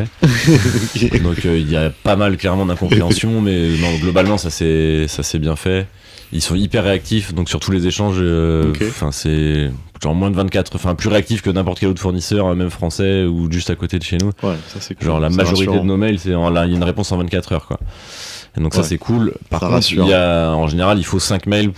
Donc il y a pas mal, clairement, d'incompréhension, mais non, globalement, ça s'est bien fait. Ils sont hyper réactifs, donc sur tous les échanges, c'est genre moins de 24, plus réactif que n'importe quel autre fournisseur, même français ou juste à côté de chez nous. Ça, c'est cool. Genre la majorité de nos mails, il y a une réponse en 24 heures, quoi. Et donc ça, c'est cool. Par contre, en général, il faut 5 mails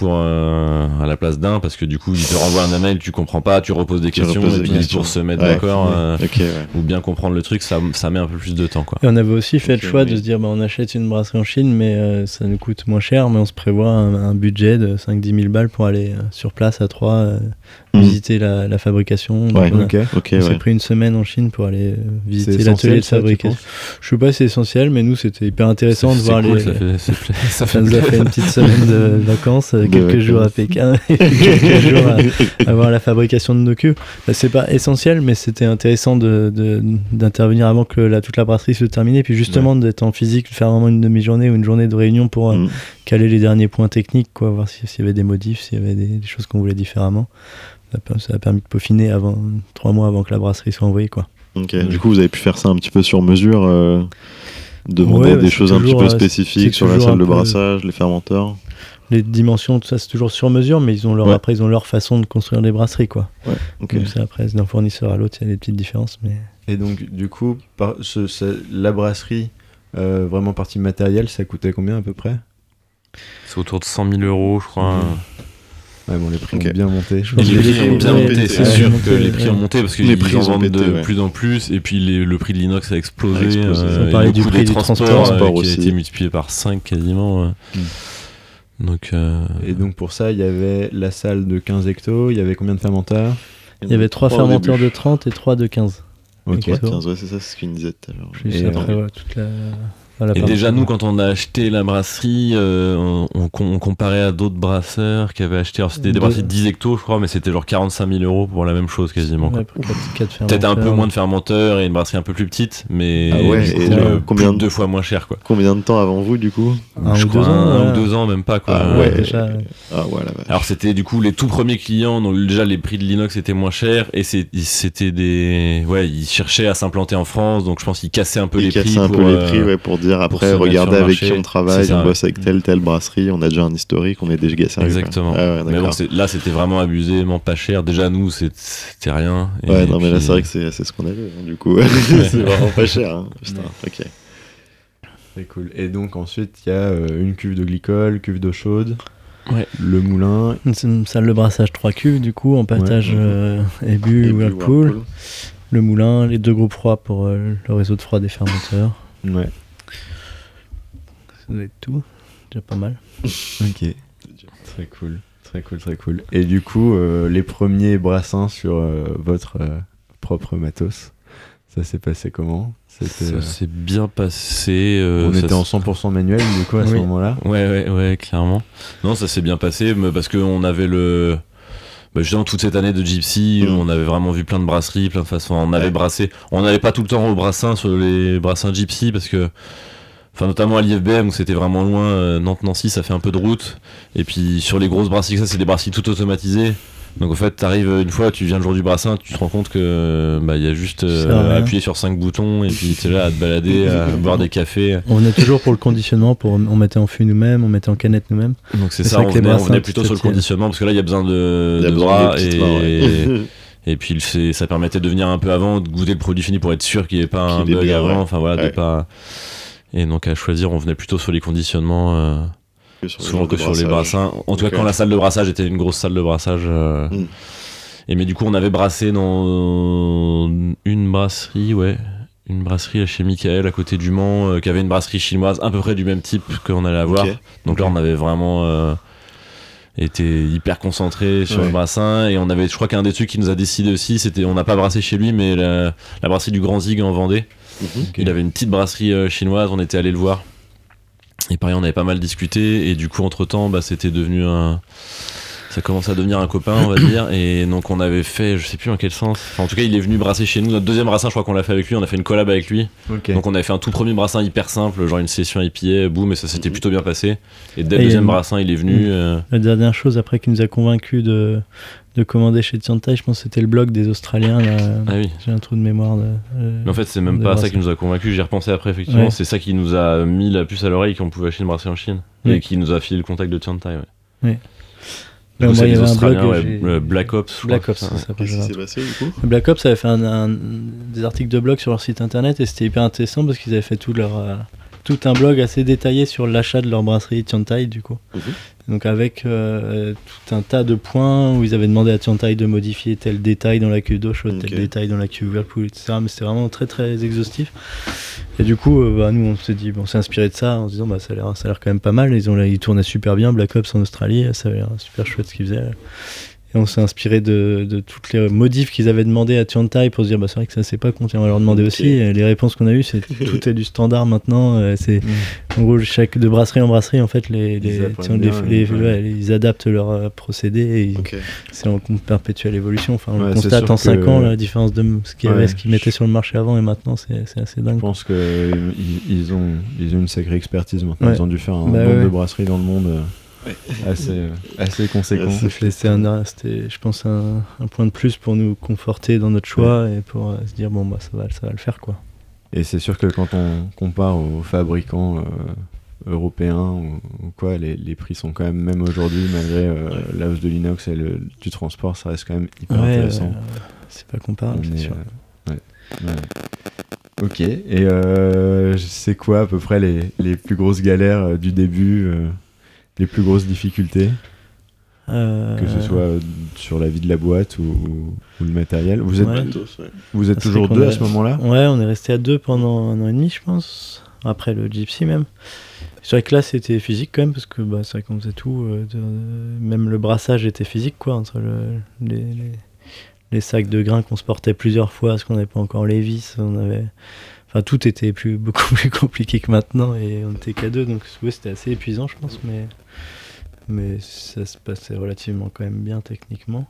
à la place d'un, parce que du coup, ils te renvoient un mail, tu comprends pas, tu reposes des questions, et puis pour se mettre d'accord, ou bien comprendre le truc, ça met un peu plus de temps, quoi. Et on avait aussi fait le choix de se dire, on achète une brasserie en Chine, mais ça nous coûte moins cher, mais on se prévoit un budget de 5-10 000 balles pour aller sur place à 3 visiter la fabrication. On s'est pris une semaine en Chine pour aller visiter l'atelier de fabrication. Je sais pas si c'est essentiel, mais nous, c'était hyper intéressant de voir les... Ça nous a fait une petite semaine de vacances, quelques jours à Pékin et quelques jours à voir la fabrication de nos cuves. C'est pas essentiel, mais c'était intéressant d'intervenir avant que toute la brasserie se termine, et puis justement d'être en physique, faire vraiment une demi-journée ou une journée de réunion pour caler les derniers points techniques, quoi, voir s'il y avait des modifs, s'il y avait des choses qu'on voulait différemment. Ça a permis de peaufiner 3 mois avant que la brasserie soit envoyée, quoi. Du coup, vous avez pu faire ça un petit peu sur mesure, demander des choses un petit peu spécifiques sur la salle de brassage, les fermenteurs. les dimensions, tout ça, c'est toujours sur mesure, mais après, ils ont leur façon de construire des brasseries, quoi. Ouais, ok. Donc ça, après, d'un fournisseur à l'autre, il y a des petites différences, mais... Et donc, du coup, la brasserie, vraiment partie matérielle, ça coûtait combien à peu près ? C'est autour de 100 000 €, je crois. Ouais, bon, les prix ont bien monté. Les prix ont bien monté, c'est sûr que les prix ont monté parce qu'ils prix en vendent pété, de plus en plus. Et puis le prix de l'inox a explosé. On parlait du prix du transport qui a aussi. été multiplié par 5 quasiment. Donc, Et donc, pour ça, il y avait la salle de 15 hectos. Il y avait combien de fermenteurs ? Il y avait 3 fermenteurs de 30 et 3 de 15. Ok. 15, ouais, c'est ça, c'est ce qu'il disait tout à l'heure. Plus après, toute la... Et déjà, nous, quand on a acheté la brasserie, on comparait à d'autres brasseurs qui avaient acheté. Alors, c'était des brasseries de 10 hectos, je crois, mais c'était genre 45 000 € pour la même chose quasiment. Ouais, peut-être un peu moins de fermenteurs et une brasserie un peu plus petite, mais combien 2 fois moins cher, quoi. Combien de temps avant vous, du coup ? Je crois 1 ou 2 ans, même pas, quoi. Ah ouais, déjà. Ah ouais, la vache. Alors, c'était du coup les tout premiers clients, donc déjà les prix de l'inox étaient moins chers et c'était des. Ouais, ils cherchaient à s'implanter en France, donc je pense qu'ils cassaient un peu les prix. Pour dire après, regardez avec qui on travaille, on bosse avec telle brasserie, on a déjà un historique, on est des gars sérieux. Exactement. Ah ouais, mais bon, là c'était vraiment abusément pas cher. Déjà, nous, c'était rien. Ouais, non, mais là c'est vrai que c'est ce qu'on avait, hein, du coup. C'est vraiment pas cher. Hein. Putain, ok. C'est cool. Et donc, ensuite, il y a une cuve de glycol, cuve d'eau chaude. Ouais. Le moulin. Une salle de brassage 3 cuves, du coup, en partage Ebu, Whirlpool. Le moulin, les 2 groupes froids pour le réseau de froid des fermenteurs. Ouais. Ça doit être tout. Déjà pas mal. Ok. Très cool. Très cool. Et du coup, les premiers brassins sur votre propre matos, ça s'est passé comment ? Ça s'est bien passé. On était en 100% manuel, du coup, à ce moment-là ? Ouais, clairement. Non, ça s'est bien passé, mais parce qu'on avait justement toute cette année de Gypsy, on avait vraiment vu plein de brasseries, plein de façons. On avait brassé. On n'allait pas tout le temps au brassin sur les brassins Gypsy parce que, enfin notamment à l'IFBM où c'était vraiment loin, Nantes-Nancy, ça fait un peu de route. Et puis sur les grosses brasseries, ça c'est des brasseries tout automatisées. Donc en fait, t'arrives une fois, tu viens le jour du brassin, tu te rends compte que il y a juste à appuyer sur 5 boutons et puis t'es là à te balader, à boire des cafés. On venait toujours pour le conditionnement, on mettait en fût nous-mêmes, on mettait en canette nous-mêmes. Donc c'est ça, on venait plutôt sur le conditionnement parce que là il y a besoin de bras et puis ça permettait de venir un peu avant, de goûter le produit fini pour être sûr qu'il n'y ait pas un bug avant. Enfin voilà, de pas. Et donc à choisir, on venait plutôt sur les conditionnements. Souvent que sur les brassins. En tout cas, quand la salle de brassage était une grosse salle de brassage. Et mais du coup, on avait brassé dans une brasserie, chez Michael à côté du Mans, qui avait une brasserie chinoise à peu près du même type qu'on allait avoir. Donc là, on avait vraiment été hyper concentré sur le brassin. Et on avait, je crois qu'un des trucs qui nous a décidé aussi, c'était, on n'a pas brassé chez lui, mais la brasserie du Grand Zig en Vendée. Il avait une petite brasserie chinoise, on était allé le voir. Et pareil, on avait pas mal discuté, et du coup, entre-temps, c'était devenu ça commence à devenir un copain, on va dire, et donc on avait fait, je sais plus en quel sens, enfin, en tout cas, il est venu brasser chez nous, notre deuxième brassin, je crois qu'on l'a fait avec lui, on a fait une collab avec lui, donc on avait fait un tout premier brassin hyper simple, genre une session IPA, boum, et ça s'était plutôt bien passé, et dès le deuxième brassin, il est venu... La dernière chose, après, qui nous a convaincus de commander chez Tiantai, je pense que c'était le blog des Australiens, là. Ah oui. J'ai un trou de mémoire. Mais en fait, c'est même pas ça qui nous a convaincus, j'y ai repensé après, effectivement, c'est ça qui nous a mis la puce à l'oreille qu'on pouvait acheter une brasserie en Chine, et qui nous a filé le contact de Tiantai, Donc c'est les Australiens, Black Ops. Black Ops, ça s'appelle. Qu'est-ce qui s'est passé du coup ? Black Ops avait fait des articles de blog sur leur site internet et c'était hyper intéressant parce qu'ils avaient fait tout un blog assez détaillé sur l'achat de leur brasserie Tiantai du coup. Donc avec tout un tas de points où ils avaient demandé à Tiantai de modifier tel détail dans la cuve d'eau chaude, tel détail dans la cuve Whirlpool, etc. Mais c'était vraiment très très exhaustif. Et du coup, nous on s'est dit, on s'est inspiré de ça en se disant ça a l'air quand même pas mal. Ils tournaient super bien, Black Ops en Australie, ça avait l'air super chouette ce qu'ils faisaient. Et on s'est inspiré de toutes les modifs qu'ils avaient demandé à Tiantai pour se dire c'est vrai que ça c'est pas con, on va leur demander aussi. Et les réponses qu'on a eues, c'est tout est du standard maintenant. C'est en gros de brasserie en brasserie en fait ils adaptent leur procédé et c'est en perpétuelle évolution. Enfin on constate en 5 ans la différence de ce qu'ils mettaient sur le marché avant et maintenant c'est assez dingue. Je pense qu'ils ont une sacrée expertise maintenant. Ils ont dû faire un nombre de brasseries dans le monde. Assez conséquent. C'était, je pense, un point de plus pour nous conforter dans notre choix et pour se dire ça va le faire quoi. Et c'est sûr que quand on compare aux fabricants européens ou quoi, les prix sont quand même aujourd'hui, malgré la hausse de l'inox et du transport, ça reste quand même hyper intéressant. C'est pas comparable, c'est sûr. Ok, et c'est quoi à peu près les plus grosses galères du début, les plus grosses difficultés, que ce soit sur la vie de la boîte ou le matériel. Vous êtes toujours deux à ce moment-là ? Ouais, on est resté à deux pendant 1 an et demi, je pense, après le Gypsy même. C'est vrai que là c'était physique quand même, parce que c'est vrai qu'on faisait tout, même le brassage était physique, quoi, entre les sacs de grains qu'on se portait plusieurs fois parce qu'on n'avait pas encore les vis, tout était beaucoup plus compliqué que maintenant, et on était qu'à deux, donc c'était assez épuisant, je pense, mais ça se passait relativement quand même bien techniquement.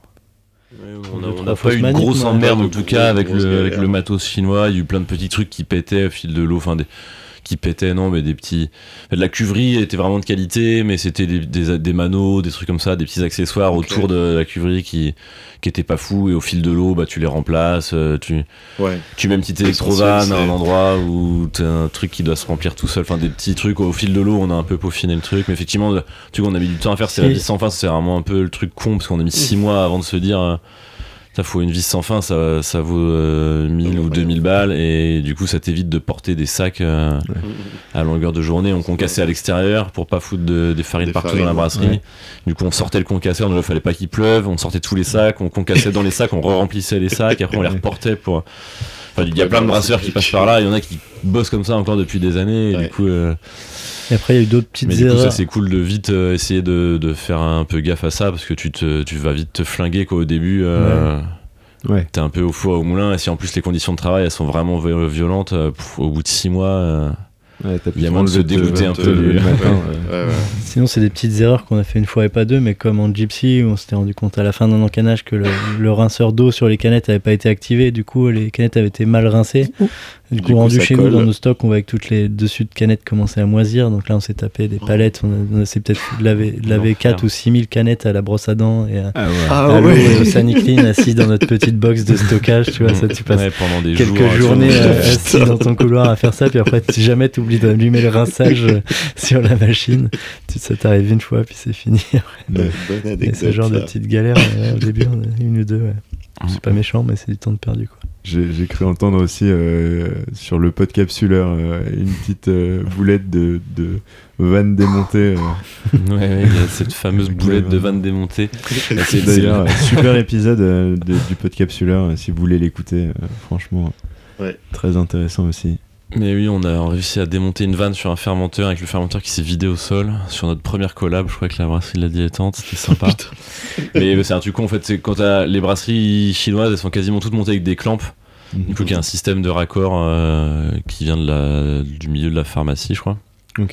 On n'a pas eu une grosse emmerde en tout cas avec le matos chinois. Il y a eu plein de petits trucs qui pétaient au fil de l'eau, qui pétaient, mais des petits. De la cuverie était vraiment de qualité, mais c'était des manos, des trucs comme ça, des petits accessoires autour de la cuverie qui étaient pas fous, et au fil de l'eau, tu les remplaces, tu mets une petite électrovanne à un endroit où t'as un truc qui doit se remplir tout seul, des petits trucs au fil de l'eau. On a un peu peaufiné le truc, mais effectivement, le truc qu'on a mis du temps à faire, c'est la vis sans fin. C'est vraiment un peu le truc con, parce qu'on a mis 6 mois avant de se dire ça faut une vis sans fin, ça vaut 1000 ou 2000 balles, et du coup ça t'évite de porter des sacs à longueur de journée. On concassait à l'extérieur pour pas foutre des farines partout dans la brasserie. Du coup on sortait le concasseur, donc il fallait pas qu'il pleuve, on sortait tous les sacs, on concassait dans les sacs, on re-remplissait les sacs, après on les reportait pour... il y a plein de brasseurs qui passent par là, il y en a qui bossent comme ça encore depuis des années, et du coup... Et après il y a eu d'autres petites erreurs. Mais du coup ça c'est cool de vite essayer de faire un peu gaffe à ça, parce que tu vas vite te flinguer au début. T'es un peu au four au moulin, et si en plus les conditions de travail elles sont vraiment violentes, au bout de 6 mois il y a moins de se dégoûter un peu le matin. Sinon c'est des petites erreurs qu'on a fait une fois et pas deux, mais comme en Gypsy, on s'était rendu compte à la fin d'un encanage que le rinceur d'eau sur les canettes n'avait pas été activé, du coup les canettes avaient été mal rincées. Du coup rendu chez nous dans nos stocks, on voit que toutes les dessus de canettes commençaient à moisir, donc là on s'est tapé des palettes, on s'est peut-être lavé 4 ou 6 000 canettes à la brosse à dents et à l'eau et au Saniclean, assis dans notre petite box de stockage, tu vois, ça tu passes pendant des quelques journées assis dans ton couloir à faire ça, puis après si jamais t'oublies d'allumer le rinçage sur la machine, ça t'arrive une fois puis c'est fini. Et ce genre de petites galères au début, on a une ou deux, c'est pas méchant, mais c'est du temps de perdu, quoi. J'ai cru entendre aussi sur le podcapsuleur une petite boulette de vanne démontée. Il y a cette fameuse boulette de vanne démontée. C'est d'ailleurs super épisode du podcapsuleur, si vous voulez l'écouter, franchement, très intéressant aussi. Mais oui, on a réussi à démonter une vanne sur un fermenteur, avec le fermenteur qui s'est vidé au sol sur notre première collab, je crois, avec la brasserie de la Dilettante. C'était sympa. Mais c'est un truc con, en fait, c'est quand les brasseries chinoises, elles sont quasiment toutes montées avec des clamps. Du coup, il y a un système de raccord qui vient du milieu de la pharmacie, je crois. Ok.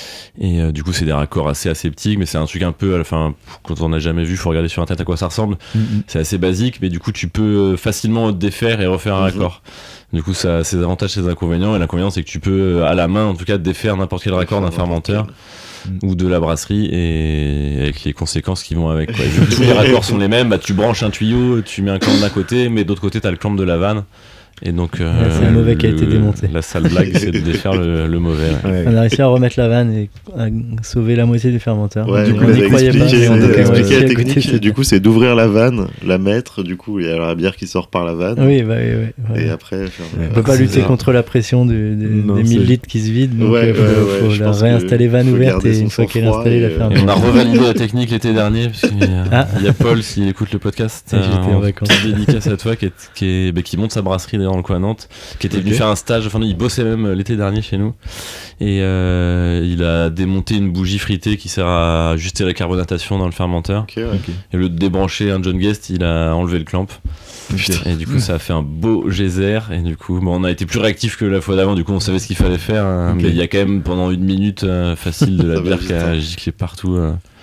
Et du coup, c'est des raccords assez aseptiques, mais c'est un truc un peu, quand on n'a jamais vu, il faut regarder sur internet à quoi ça ressemble. C'est assez basique, mais du coup, tu peux facilement défaire et refaire un raccord. Du coup, ça a ses avantages, ses inconvénients, et l'inconvénient, c'est que tu peux, à la main, en tout cas, défaire n'importe quel raccord d'un fermenteur ou de la brasserie, et avec les conséquences qui vont avec, quoi. Vu que tous les raccords sont les mêmes, tu branches un tuyau, tu mets un clamp d'un côté, mais d'autre côté, t'as le clamp de la vanne. Et donc, c'est le mauvais qui a été démonté. La sale blague, c'est de défaire le mauvais. On a réussi à remettre la vanne et à sauver la moitié du fermenteur. Du coup, on n'y croyait pas. Expliquer la technique, du coup, c'est d'ouvrir la vanne, la mettre, du coup, il y a la bière qui sort par la vanne. Oui. Et après, on peut pas lutter contre la pression des 1000 litres qui se vident, donc il faut la réinstaller vanne ouverte, et une fois qu'elle est installée, la fermer. Et on a revalidé la technique l'été dernier, parce qu'il y a Paul, s'il écoute le podcast, j'étais en vacances. Dédicace à toi, qui monte sa brasserie dans le coin à Nantes, qui était venu faire un stage, il bossait même l'été dernier chez nous, et il a démonté une bougie fritée qui sert à ajuster la carbonatation dans le fermenteur. Et au lieu de débrancher un John Guest, il a enlevé le clamp. Et du coup ça a fait un beau geyser, et du coup on a été plus réactif que la fois d'avant, du coup on savait ce qu'il fallait faire, mais il y a quand même pendant 1 minute facile de la bière qui a giclé partout.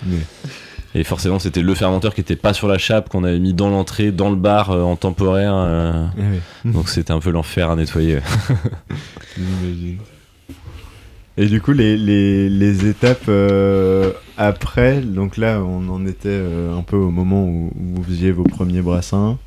Et forcément, c'était le fermenteur qui était pas sur la chape, qu'on avait mis dans l'entrée, dans le bar, en temporaire. Donc c'était un peu l'enfer à nettoyer. Et du coup, les étapes après, donc là, on en était un peu au moment où vous faisiez vos premiers brassins.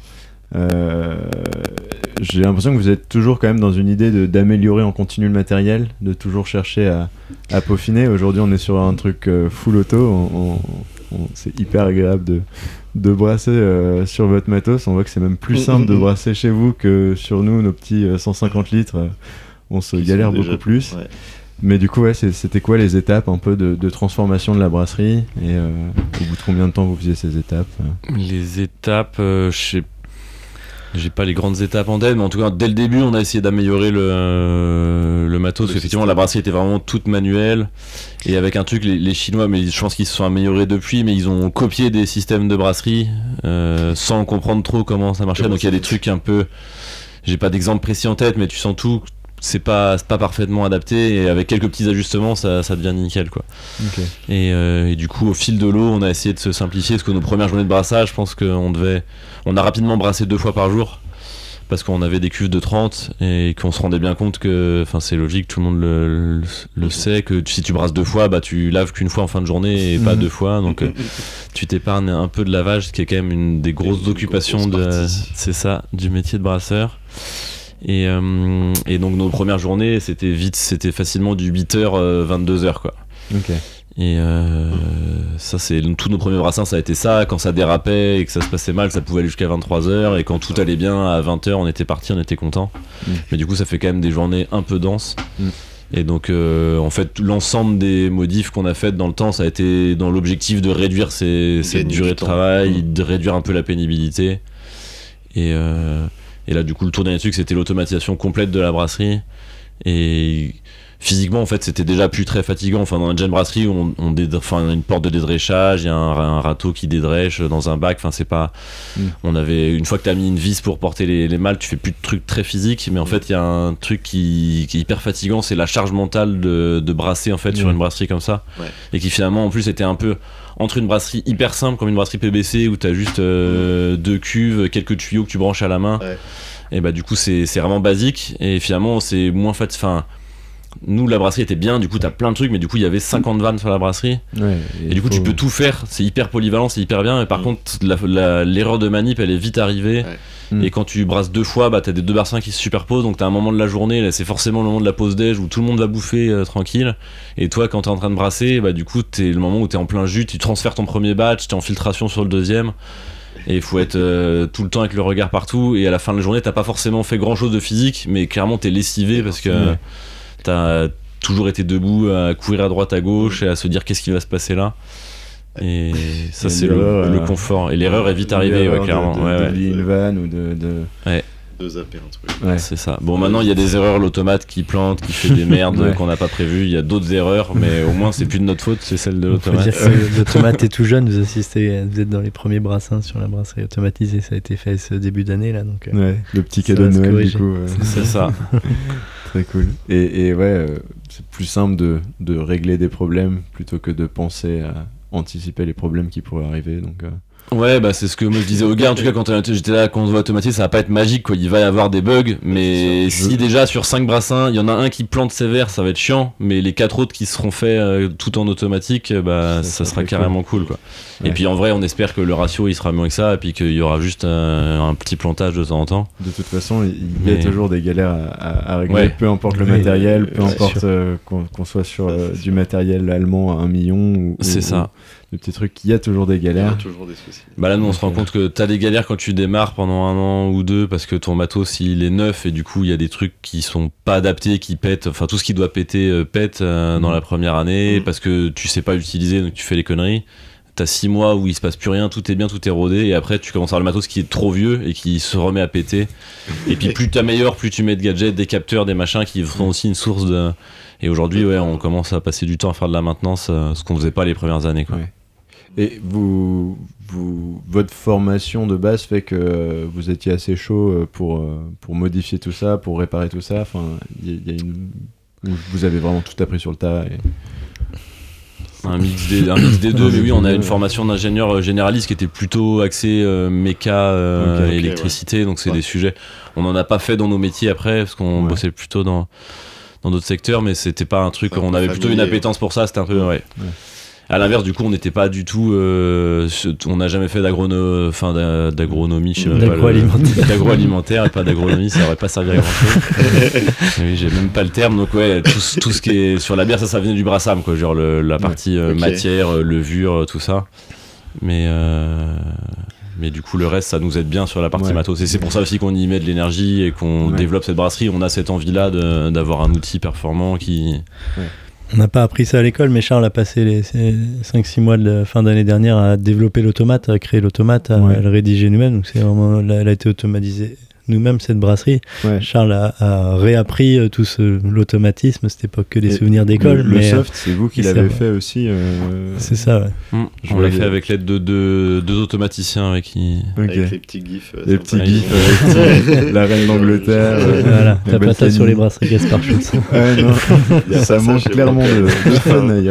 J'ai l'impression que vous êtes toujours quand même dans une idée d'améliorer en continu le matériel, de toujours chercher à peaufiner. Aujourd'hui, on est sur un truc full auto. C'est hyper agréable de brasser sur votre matos. On voit que c'est même plus simple de brasser chez vous que sur nous, nos petits 150 litres. On se galère beaucoup plus. Ouais. Mais du coup, c'était quoi les étapes un peu de transformation de la brasserie et au bout de combien de temps vous faisiez ces étapes Les étapes, j'ai pas les grandes étapes en tête, mais en tout cas, dès le début, on a essayé d'améliorer le matos, parce qu'effectivement, la brasserie était vraiment toute manuelle, et avec un truc, les Chinois, mais je pense qu'ils se sont améliorés depuis, mais ils ont copié des systèmes de brasserie sans comprendre trop comment ça marchait, donc il y a des trucs un peu... J'ai pas d'exemple précis en tête, mais tu sens tout... C'est pas parfaitement adapté et avec quelques petits ajustements ça devient nickel quoi. Okay. Et du coup au fil de l'eau on a essayé de se simplifier parce que nos premières journées de brassage je pense qu'on a rapidement brassé 2 fois par jour parce qu'on avait des cuves de 30 et qu'on se rendait bien compte que c'est logique, tout le monde le sait que si tu brasses 2 fois bah tu laves qu'une fois en fin de journée et pas 2 fois donc tu t'épargnes un peu de lavage ce qui est quand même une des grosses occupations du métier de brasseur. Et donc nos premières journées c'était facilement du 8h 22h quoi. Okay. Et ça c'est tous nos premiers brassins ça a été ça, quand ça dérapait et que ça se passait mal ça pouvait aller jusqu'à 23h et quand tout allait bien à 20h on était parti, on était content. Mais du coup ça fait quand même des journées un peu denses. Et donc en fait l'ensemble des modifs qu'on a faites dans le temps ça a été dans l'objectif de réduire cette durée de travail, de réduire un peu la pénibilité et là du coup le tour dernier truc c'était l'automatisation complète de la brasserie et physiquement en fait c'était déjà plus très fatigant. Dans la jeune brasserie on a une porte de dédréchage, il y a un râteau qui dédrèche dans un bac, c'est pas on avait une fois que t'as mis une vis pour porter les maltes tu fais plus de trucs très physiques mais en fait il y a un truc qui est hyper fatigant, c'est la charge mentale de brasser en fait sur une brasserie comme ça et qui finalement en plus était un peu entre une brasserie hyper simple comme une brasserie PBC où t'as juste 2 cuves, quelques tuyaux que tu branches à la main et bah du coup c'est vraiment basique et finalement c'est moins nous la brasserie était bien, du coup t'as plein de trucs mais du coup il y avait 50 vannes sur la brasserie et du coup tu peux tout faire, c'est hyper polyvalent, c'est hyper bien mais par contre l'erreur de manip elle est vite arrivée et quand tu brasses 2 fois bah t'as des 2 brassins qui se superposent donc t'as un moment de la journée là, c'est forcément le moment de la pause déj où tout le monde va bouffer tranquille et toi quand t'es en train de brasser bah du coup t'es le moment où t'es en plein jus, tu transfères ton premier batch, t'es en filtration sur le deuxième et il faut être tout le temps avec le regard partout et à la fin de la journée t'as pas forcément fait grand chose de physique mais clairement t'es lessivé parce que t'as toujours été debout à courir à droite à gauche et à se dire qu'est-ce qui va se passer là et ça c'est le confort et l'erreur est vite arrivée clairement de lier une vanne ou de zapper un truc c'est ça. Bon maintenant il y a des erreurs, l'automate qui plante, qui fait des merdes qu'on n'a pas prévues, il y a d'autres erreurs mais au moins c'est plus de notre faute, c'est celle de l'automate. Faut dire que l'automate est tout jeune, vous êtes dans les premiers brassins sur la brasserie automatisée, ça a été fait ce début d'année là donc le petit cadeau de Noël du coup c'est ça. Très cool. Et c'est plus simple de régler des problèmes plutôt que de penser à anticiper les problèmes qui pourraient arriver. Donc, Ouais, bah c'est ce que moi je disais au gars, en tout cas quand j'étais là, quand on se voit automatiser, ça va pas être magique quoi, il va y avoir des bugs, mais si déjà sur 5 brassins, il y en a un qui plante sévère, ça va être chiant, mais les 4 autres qui seront faits tout en automatique, bah ça sera carrément cool quoi. Ouais. Et puis en vrai, on espère que le ratio il sera moins que ça, et puis qu'il y aura juste un petit plantage de temps en temps. De toute façon, il y a toujours des galères à régler, peu importe le matériel, peu importe qu'on soit sur du matériel allemand à 1 million c'est ça. Le petit truc, il y a toujours des galères. Il y a toujours des soucis. Bah là, nous, on se rend compte que t'as des galères quand tu démarres pendant 1 an ou 2 parce que ton matos, il est neuf et du coup, il y a des trucs qui sont pas adaptés, qui pètent. Enfin, tout ce qui doit péter pète dans la première année parce que tu sais pas l'utiliser, donc tu fais les conneries. T'as 6 mois où il se passe plus rien, tout est bien, tout est rodé, et après tu commences à avoir le matos qui est trop vieux et qui se remet à péter. Et puis plus t'améliores, plus tu mets de gadgets, des capteurs, des machins qui font aussi une source de. Et aujourd'hui, on commence à passer du temps à faire de la maintenance, ce qu'on faisait pas les premières années, quoi. Ouais. Et votre formation de base fait que vous étiez assez chaud pour modifier tout ça, pour réparer tout ça. Enfin, vous avez vraiment tout appris sur le tas. Un mix des deux, mais oui, on a une formation d'ingénieur généraliste qui était plutôt axée méca, électricité, donc c'est des sujets. On n'en a pas fait dans nos métiers après, parce qu'on bossait plutôt dans d'autres secteurs, mais c'était pas un truc, on avait plutôt une appétence pour ça, c'était un peu. À l'inverse, du coup, on n'était pas du tout. On n'a jamais fait d'agronomie, je sais même d'agroalimentaire. D'agroalimentaire et pas d'agronomie, ça aurait pas servi à grand chose. Oui, j'ai même pas le terme. Donc, ouais, tout ce qui est sur la bière, ça venait du brassam, quoi. Genre la partie matière, levure, tout ça. Mais du coup, le reste, ça nous aide bien sur la partie matos. Et c'est pour ça aussi qu'on y met de l'énergie et qu'on développe cette brasserie. On a cette envie-là d'avoir un outil performant qui. Ouais. On n'a pas appris ça à l'école, mais Charles a passé les 5-6 mois de fin d'année dernière à développer l'automate, à créer l'automate, à le rédiger nous-mêmes. Donc c'est vraiment, elle a été automatisée nous-mêmes, cette brasserie. Ouais. Charles a réappris tout l'automatisme. C'était pas que des souvenirs d'école. Le soft, c'est vous qui l'avez fait aussi. C'est ça, ouais. On l'a fait avec l'aide de deux automaticiens avec qui. Avec les petits gifs. Les petits gifs avec la reine d'Angleterre. Voilà, t'as pas ça sur les brasseries Gaspard Schultz. Ouais, non. Ça manque clairement de fun d'ailleurs.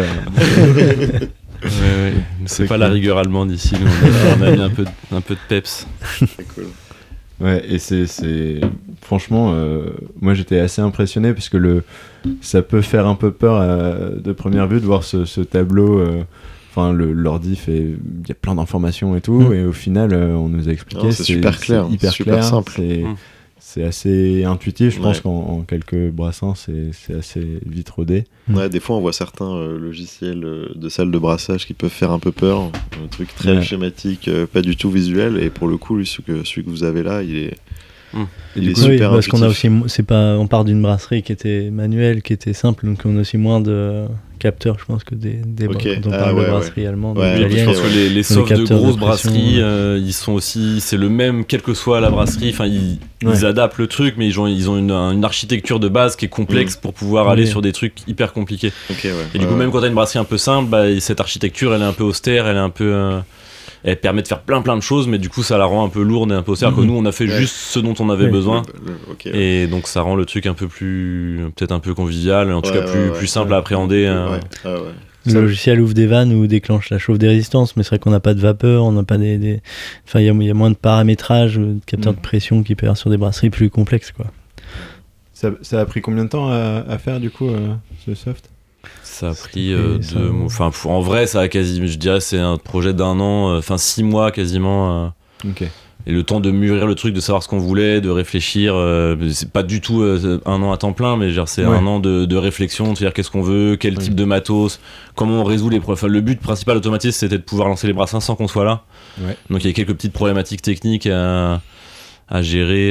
Ouais. C'est pas la rigueur allemande ici. Nous, on a mis un peu de peps. C'est cool. Ouais, et c'est franchement, moi j'étais assez impressionné parce que ça peut faire un peu peur de première vue de voir ce tableau. Enfin, l'ordi il y a plein d'informations et tout, et au final, on nous a expliqué. C'est super clair, c'est hyper super clair, simple. C'est assez intuitif, je pense qu'en quelques brassins, c'est assez vite rodé. Ouais, des fois on voit certains logiciels de salle de brassage qui peuvent faire un peu peur, un truc très schématique, pas du tout visuel, et pour le coup, celui que vous avez là, il est super parce intuitif. qu'on a aussi, on part d'une brasserie qui était manuelle, qui était simple, donc on a aussi moins de capteurs, je pense, que des quand on parle de brasserie allemande. Je pense que les softs de grosses brasseries, ils sont aussi, c'est le même quelle que soit la brasserie. Enfin, ils adaptent le truc, mais ils ont une architecture de base qui est complexe pour pouvoir aller sur des trucs hyper compliqués. Et du coup, même quand t'as une brasserie un peu simple, cette architecture, elle est un peu austère, elle est un peu elle permet de faire plein de choses, mais du coup ça la rend un peu lourde et un peu austère. Que nous on a fait juste ce dont on avait besoin, et donc ça rend le truc un peu plus, peut-être un peu convivial, en tout cas plus simple à appréhender. Le logiciel ouvre des vannes ou déclenche la chauffe des résistances, mais c'est vrai qu'on n'a pas de vapeur, on n'a pas enfin il y a moins de paramétrage, de capteurs de pression qui peuvent être sur des brasseries plus complexes, quoi. Ça a pris combien de temps à faire du coup ce soft? Ça a pris 2 mois. Enfin, en vrai, ça a quasiment, je dirais, c'est un projet d'1 an, 6 mois quasiment. Et le temps de mûrir le truc, de savoir ce qu'on voulait, de réfléchir. C'est pas du tout 1 an à temps plein, mais genre, c'est 1 an de réflexion, de dire qu'est-ce qu'on veut, quel type de matos, comment on résout les problèmes. Enfin, le but principal automatisme, c'était de pouvoir lancer les brassins sans qu'on soit là. Donc, il y a quelques petites problématiques techniques à gérer,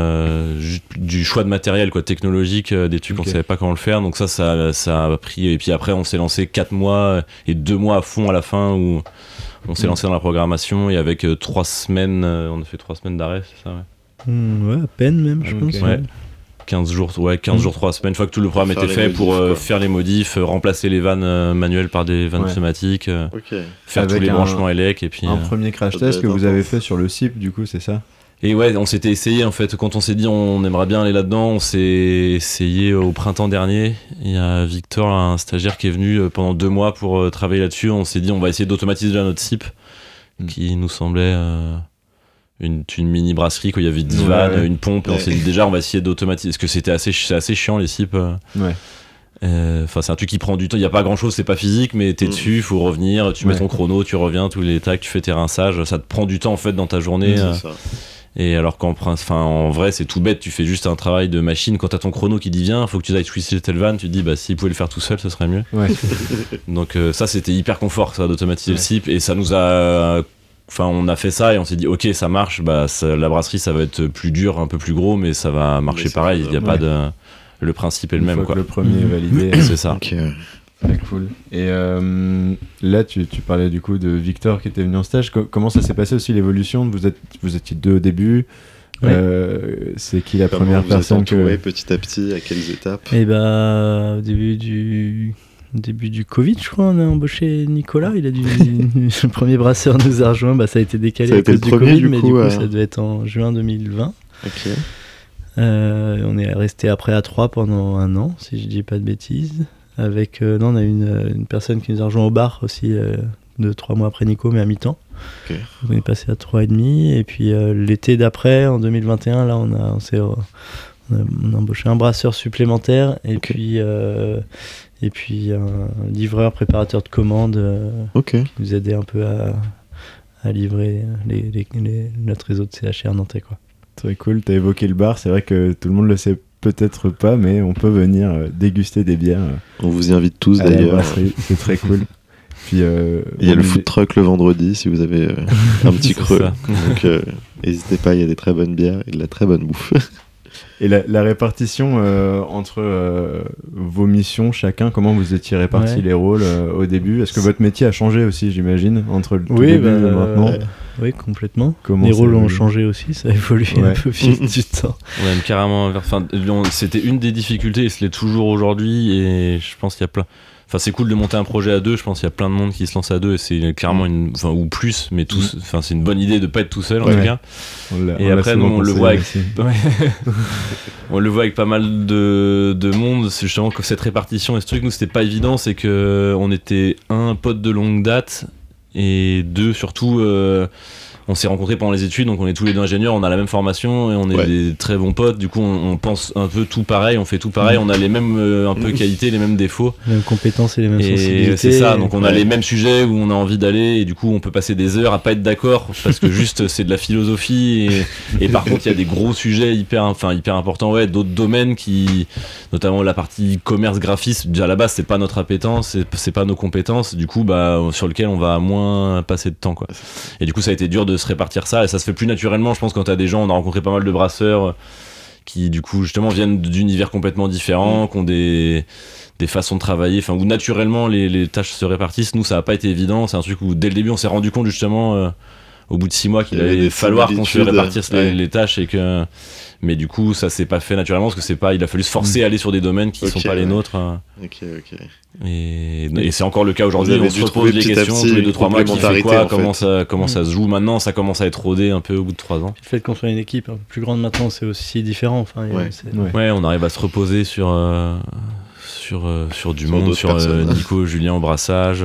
du choix de matériel, quoi, technologique, des trucs qu'on savait pas comment le faire. Donc ça a pris, et puis après on s'est lancé 4 mois et 2 mois à fond à la fin, où on s'est lancé dans la programmation, et avec 3 semaines, on a fait 3 semaines d'arrêt, c'est ça? Ouais, à peine même, je pense. 15 jours, 3 semaines, une fois que tout le programme était fait, pour faire les modifs, remplacer les vannes manuelles par des vannes pneumatiques, faire avec tous les branchements élec, et puis un premier crash test que vous avez fait sur le SIP, du coup, c'est ça? Et ouais, on s'était essayé, en fait, quand on s'est dit on aimerait bien aller là-dedans, on s'est essayé au printemps dernier. Il y a Victor, un stagiaire, qui est venu pendant 2 mois pour travailler là-dessus. On s'est dit on va essayer d'automatiser déjà notre SIP, qui nous semblait une mini brasserie, quoi. Il y avait 10 vannes, une pompe, et on s'est dit déjà on va essayer d'automatiser, parce que c'est assez chiant les SIP. Enfin, c'est un truc qui prend du temps, il n'y a pas grand chose, c'est pas physique, mais t'es dessus, faut revenir, tu mets ton chrono, tu reviens, tous les tacs, tu fais tes rinçages, ça te prend du temps en fait dans ta journée. Et alors en vrai c'est tout bête, tu fais juste un travail de machine. Quand t'as ton chrono qui dit viens, faut que tu ailles switcher telle vanne, tu te dis bah s'il pouvait le faire tout seul ce serait mieux. Donc ça c'était hyper confort, ça, d'automatiser le SIP, et ça nous a, enfin on a fait ça et on s'est dit ok ça marche, la brasserie ça va être plus dur, un peu plus gros, mais ça va marcher pareil, il n'y a pas de, le principe est le même, quoi. Le premier est validé, c'est ça. C'est cool. Et là, tu parlais du coup de Victor qui était venu en stage. Comment ça s'est passé aussi l'évolution? Vous étiez 2 au début. C'est qui la première personne que petit à petit, à quelles étapes? Et au début du Covid, je crois, on a embauché Nicolas. Il a le premier brasseur nous a rejoint. Ça a été décalé à cause du Covid, mais du coup, ça devait être en juin 2020. On est resté après à 3 pendant 1 an, si je dis pas de bêtises. Avec on a une personne qui nous a rejoint au bar aussi 2-3 mois après Nico, mais à mi-temps. On est passé à 3,5, et puis l'été d'après, en 2021, là on On a embauché un brasseur supplémentaire et puis un livreur, préparateur de commandes qui nous aidait un peu à livrer notre réseau de CHR nantais, quoi. Très cool, t'as évoqué le bar, c'est vrai que tout le monde le sait peut-être pas, mais on peut venir déguster des bières. On vous y invite tous d'ailleurs. C'est très cool. Puis, il y a le food truck le vendredi si vous avez un petit creux. Donc n'hésitez pas, il y a des très bonnes bières et de la très bonne bouffe. Et la répartition entre vos missions, chacun, comment vous étiez répartis les rôles au début? Est-ce que votre métier a changé aussi, j'imagine, entre le début et maintenant? Oui, complètement. Les rôles ont changé aussi, ça a évolué un peu vite du temps. On a même carrément... c'était une des difficultés, et ce l'est toujours aujourd'hui, et je pense qu'il y a plein... Enfin, c'est cool de monter un projet à deux, je pense qu'il y a plein de monde qui se lance à deux, et c'est clairement ou plus, mais tous, c'est une bonne idée de pas être tout seul en tout cas. Et après, nous, on le voit avec... on le voit avec pas mal de monde, c'est justement que cette répartition et ce truc, nous, c'était pas évident, c'est que on était un pote de longue date, et deux, surtout... on s'est rencontrés pendant les études, donc on est tous les deux ingénieurs, on a la même formation et on est des très bons potes. Du coup, on pense un peu tout pareil, on fait tout pareil, on a les mêmes un peu qualités, les mêmes défauts, les mêmes compétences et les mêmes sensibilités. C'est ça, donc on a les mêmes sujets où on a envie d'aller, et du coup, on peut passer des heures à pas être d'accord parce que juste c'est de la philosophie. Et par contre, il y a des gros sujets hyper importants, d'autres domaines notamment la partie commerce, graphisme. Déjà à la base, c'est pas notre appétence, c'est pas nos compétences. Du coup, sur lequel on va moins passer de temps, quoi. Et du coup, ça a été dur de se répartir ça, et ça se fait plus naturellement, je pense, quand t'as des gens. On a rencontré pas mal de brasseurs qui du coup justement viennent d'univers complètement différents, qui ont des façons de travailler, où naturellement les tâches se répartissent. Nous, ça n'a pas été évident, c'est un truc où dès le début on s'est rendu compte justement au bout de 6 mois qu'il allait falloir qu'on se répartisse les tâches, mais du coup ça s'est pas fait naturellement parce que il a fallu se forcer à aller sur des domaines qui sont pas les nôtres. Et c'est encore le cas aujourd'hui, on se repose les questions tous les 2-3 mois, qui fait quoi, comment ça se joue maintenant. Ça commence à être rodé un peu au bout de 3 ans. Le fait qu'on soit une équipe un peu plus grande maintenant, c'est aussi différent. On arrive à se reposer sur du monde, sur Nico, Julien au brassage,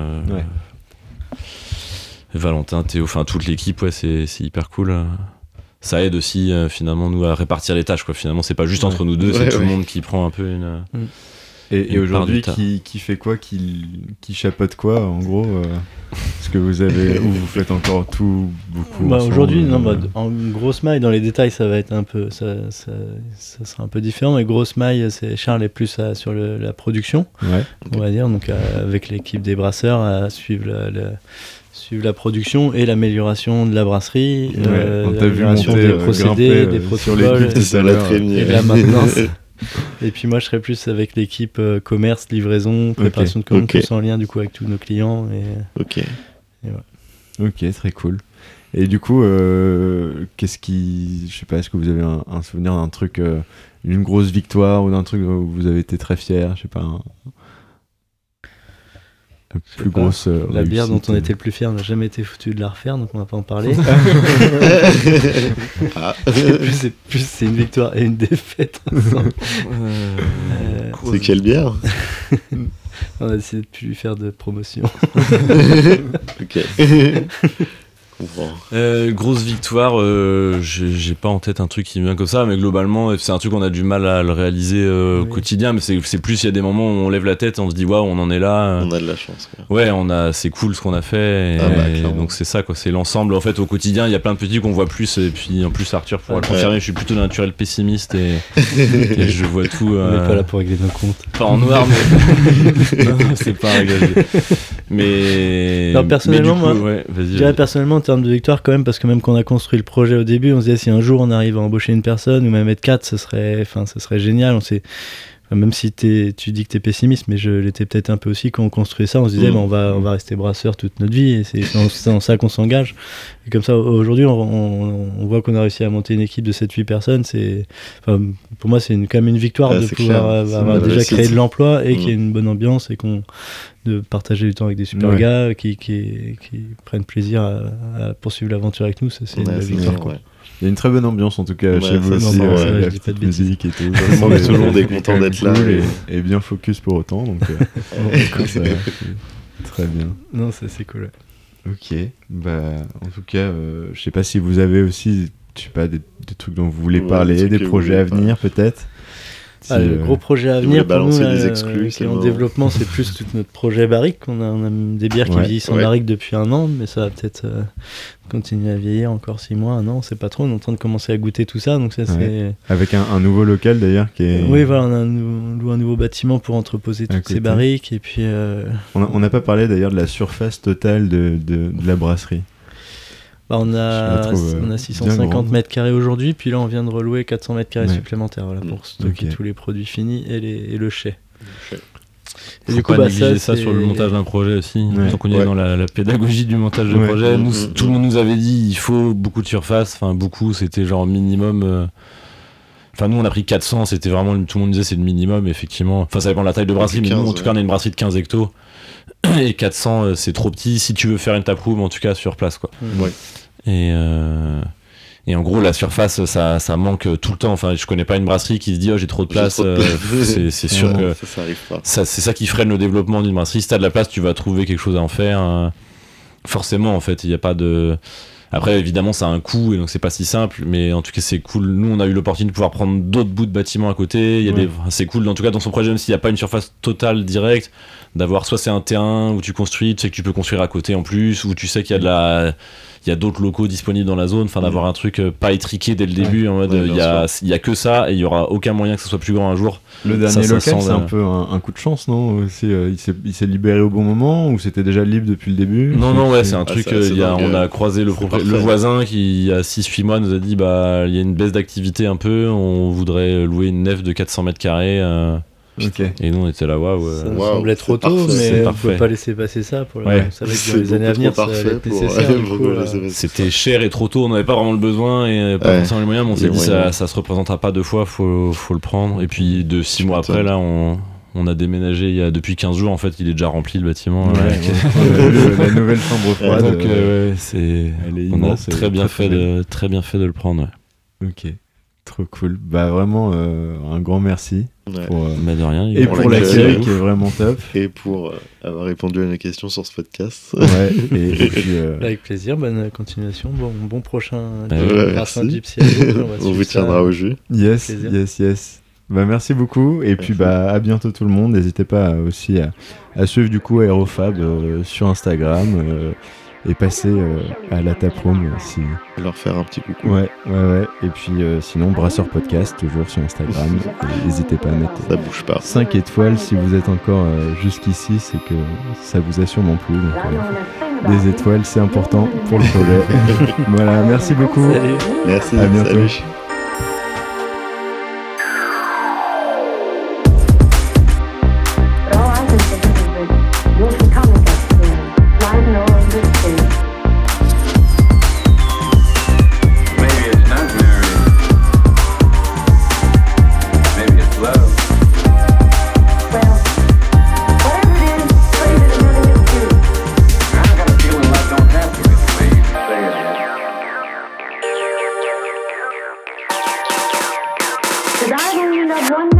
Valentin, Théo, toute l'équipe, c'est hyper cool. Ça aide aussi finalement nous à répartir les tâches, quoi. Finalement, c'est pas juste entre nous deux, c'est tout le monde qui prend un peu une... Et aujourd'hui, qui fait quoi, qui chapeaute quoi, en gros Est-ce que vous avez, ou vous faites encore tout beaucoup aujourd'hui, en grosse maille, dans les détails, ça va être un peu, ça sera un peu différent. Mais grosse maille, Charles est plus sur la production, on va dire, donc avec l'équipe des brasseurs à suivre la production et l'amélioration de la brasserie, l'amélioration des procédés, des protocoles et de la maintenance. Et puis moi je serais plus avec l'équipe commerce, livraison, préparation de commandes, plus en lien du coup avec tous nos clients. Ok, très cool. Et du coup, je sais pas, est-ce que vous avez un souvenir d'un truc, une grosse victoire ou d'un truc où vous avez été très fier, je sais pas, plus grosse la bière dont on était le plus fier, on n'a jamais été foutu de la refaire, donc on va pas en parler. C'est une victoire et une défaite. C'est quelle bière? On a essayé de plus lui faire de promotion. Ok. Grosse victoire, j'ai pas en tête un truc qui me vient comme ça, mais globalement c'est un truc qu'on a du mal à le réaliser au quotidien, mais c'est plus il y a des moments où on lève la tête et on se dit waouh, on en est là. On a de la chance. C'est cool ce qu'on a fait, donc c'est ça, quoi, c'est l'ensemble. En fait, au quotidien il y a plein de petits qu'on voit plus, et puis en plus Arthur pourra le confirmer, je suis plutôt d'un naturel pessimiste et je vois tout. On n'est pas là pour régler nos comptes. Pas en noir, mais non, c'est pas réglé. Mais alors, personnellement, je dirais personnellement en termes de victoire quand même, parce que même quand on a construit le projet au début, on se disait si un jour on arrive à embaucher une personne ou même être 4, ce serait génial. Même si tu dis que t'es pessimiste, mais je l'étais peut-être un peu aussi quand on construisait ça. On se disait on va rester brasseur toute notre vie, et c'est dans ça qu'on s'engage. Et comme ça aujourd'hui on voit qu'on a réussi à monter une équipe de 7-8 personnes. Pour moi c'est quand même une victoire de pouvoir avoir déjà créé de l'emploi et qu'il y ait une bonne ambiance et de partager du temps avec des super gars qui prennent plaisir à poursuivre l'aventure avec nous. Ça, c'est une belle victoire, quoi. Il y a une très bonne ambiance en tout cas chez vous aussi, je dis pas de musique et tout. Tout le monde est content d'être là et bien focus pour autant, donc ça, très bien. Non, ça c'est cool. Ok, en tout cas, je sais pas si vous avez aussi je sais pas, des trucs dont vous voulez parler, des projets à venir peut-être. Le gros projet à venir pour nous, qui est en développement, c'est plus tout notre projet barrique. On a des bières qui vieillissent en barrique depuis 1 an, mais ça va peut-être continuer à vieillir encore 6 mois, 1 an, on sait pas trop. On est en train de commencer à goûter tout ça, donc ça c'est... Avec un nouveau local d'ailleurs qui est... Oui, voilà, on loue un nouveau bâtiment pour entreposer toutes ces barriques et puis... On n'a pas parlé d'ailleurs de la surface totale de la brasserie. On a 650 mètres carrés aujourd'hui, puis là on vient de relouer 400 mètres carrés supplémentaires pour stocker tous les produits finis et le chai. Et du coup, pas négliger ça sur le montage d'un projet aussi. Donc on est dans la pédagogie du montage de projet. Nous, tout le monde nous avait dit il faut beaucoup de surface. Enfin, beaucoup, c'était genre minimum. Enfin, nous on a pris 400, c'était vraiment. Tout le monde disait c'est le minimum, effectivement. Enfin, ça dépend de la taille de brasserie, mais nous en tout cas on a une brasserie de 15 hectos. Et 400, c'est trop petit si tu veux faire une taproom, en tout cas sur place, quoi. Et en gros, la surface, ça manque tout le temps. Enfin, je connais pas une brasserie qui se dit j'ai trop de place. C'est sûr que ça arrive pas. C'est ça qui freine le développement d'une brasserie. Si t'as de la place, tu vas trouver quelque chose à en faire. Forcément, en fait, il n'y a pas de. Après, évidemment, ça a un coût et donc c'est pas si simple, mais en tout cas, c'est cool. Nous, on a eu l'opportunité de pouvoir prendre d'autres bouts de bâtiments à côté. C'est cool, en tout cas, dans son projet, même s'il n'y a pas une surface totale directe, d'avoir soit c'est un terrain où tu construis, tu sais que tu peux construire à côté en plus, ou tu sais qu'il y a il y a d'autres locaux disponibles dans la zone, enfin d'avoir un truc pas étriqué dès le début, en mode il y a que ça et il y aura aucun moyen que ça soit plus grand un jour. Le dernier local, c'est un peu un coup de chance, non? Il s'est libéré au bon moment ou c'était déjà libre depuis le début? Non, c'est un truc, on a croisé le voisin qui, il y a 6-8 mois, nous a dit il y a une baisse d'activité un peu, on voudrait louer une nef de 400 mètres carrés. Et nous on était là, waouh. Ça nous semblait trop tôt, mais on ne peut pas laisser passer ça. On savait que dans les années à venir, ça allait être nécessaire. C'était cher et trop tôt, on n'avait pas vraiment le besoin et pas forcément les moyens, mais on s'est dit ça se représentera pas 2 fois, faut le prendre. Et puis 6 mois après, là, on a déménagé depuis 15 jours, en fait, il est déjà rempli le bâtiment. La nouvelle chambre froide. Donc, on a très bien fait de le prendre. Ok, trop cool. Bah vraiment, un grand merci. De rien. Et pour l'accueil qui est vraiment top. Et pour avoir répondu à nos questions sur ce podcast. Et puis, avec plaisir, bonne continuation, bon prochain Gypsy. On vous tiendra au jus. Yes. Bah, merci beaucoup et puis à bientôt tout le monde. N'hésitez pas aussi à suivre du coup Aérofab sur Instagram et passer à la taproom si leur faire un petit coucou. Ouais. Et puis sinon Brasseur Podcast toujours sur Instagram. N'hésitez pas à mettre ça bouge pas 5 étoiles si vous êtes encore jusqu'ici, c'est que ça vous a sûrement plu. Donc des étoiles c'est important pour le projet. Voilà, merci beaucoup. Salut. Merci. À bientôt. Salut. Cause I only love one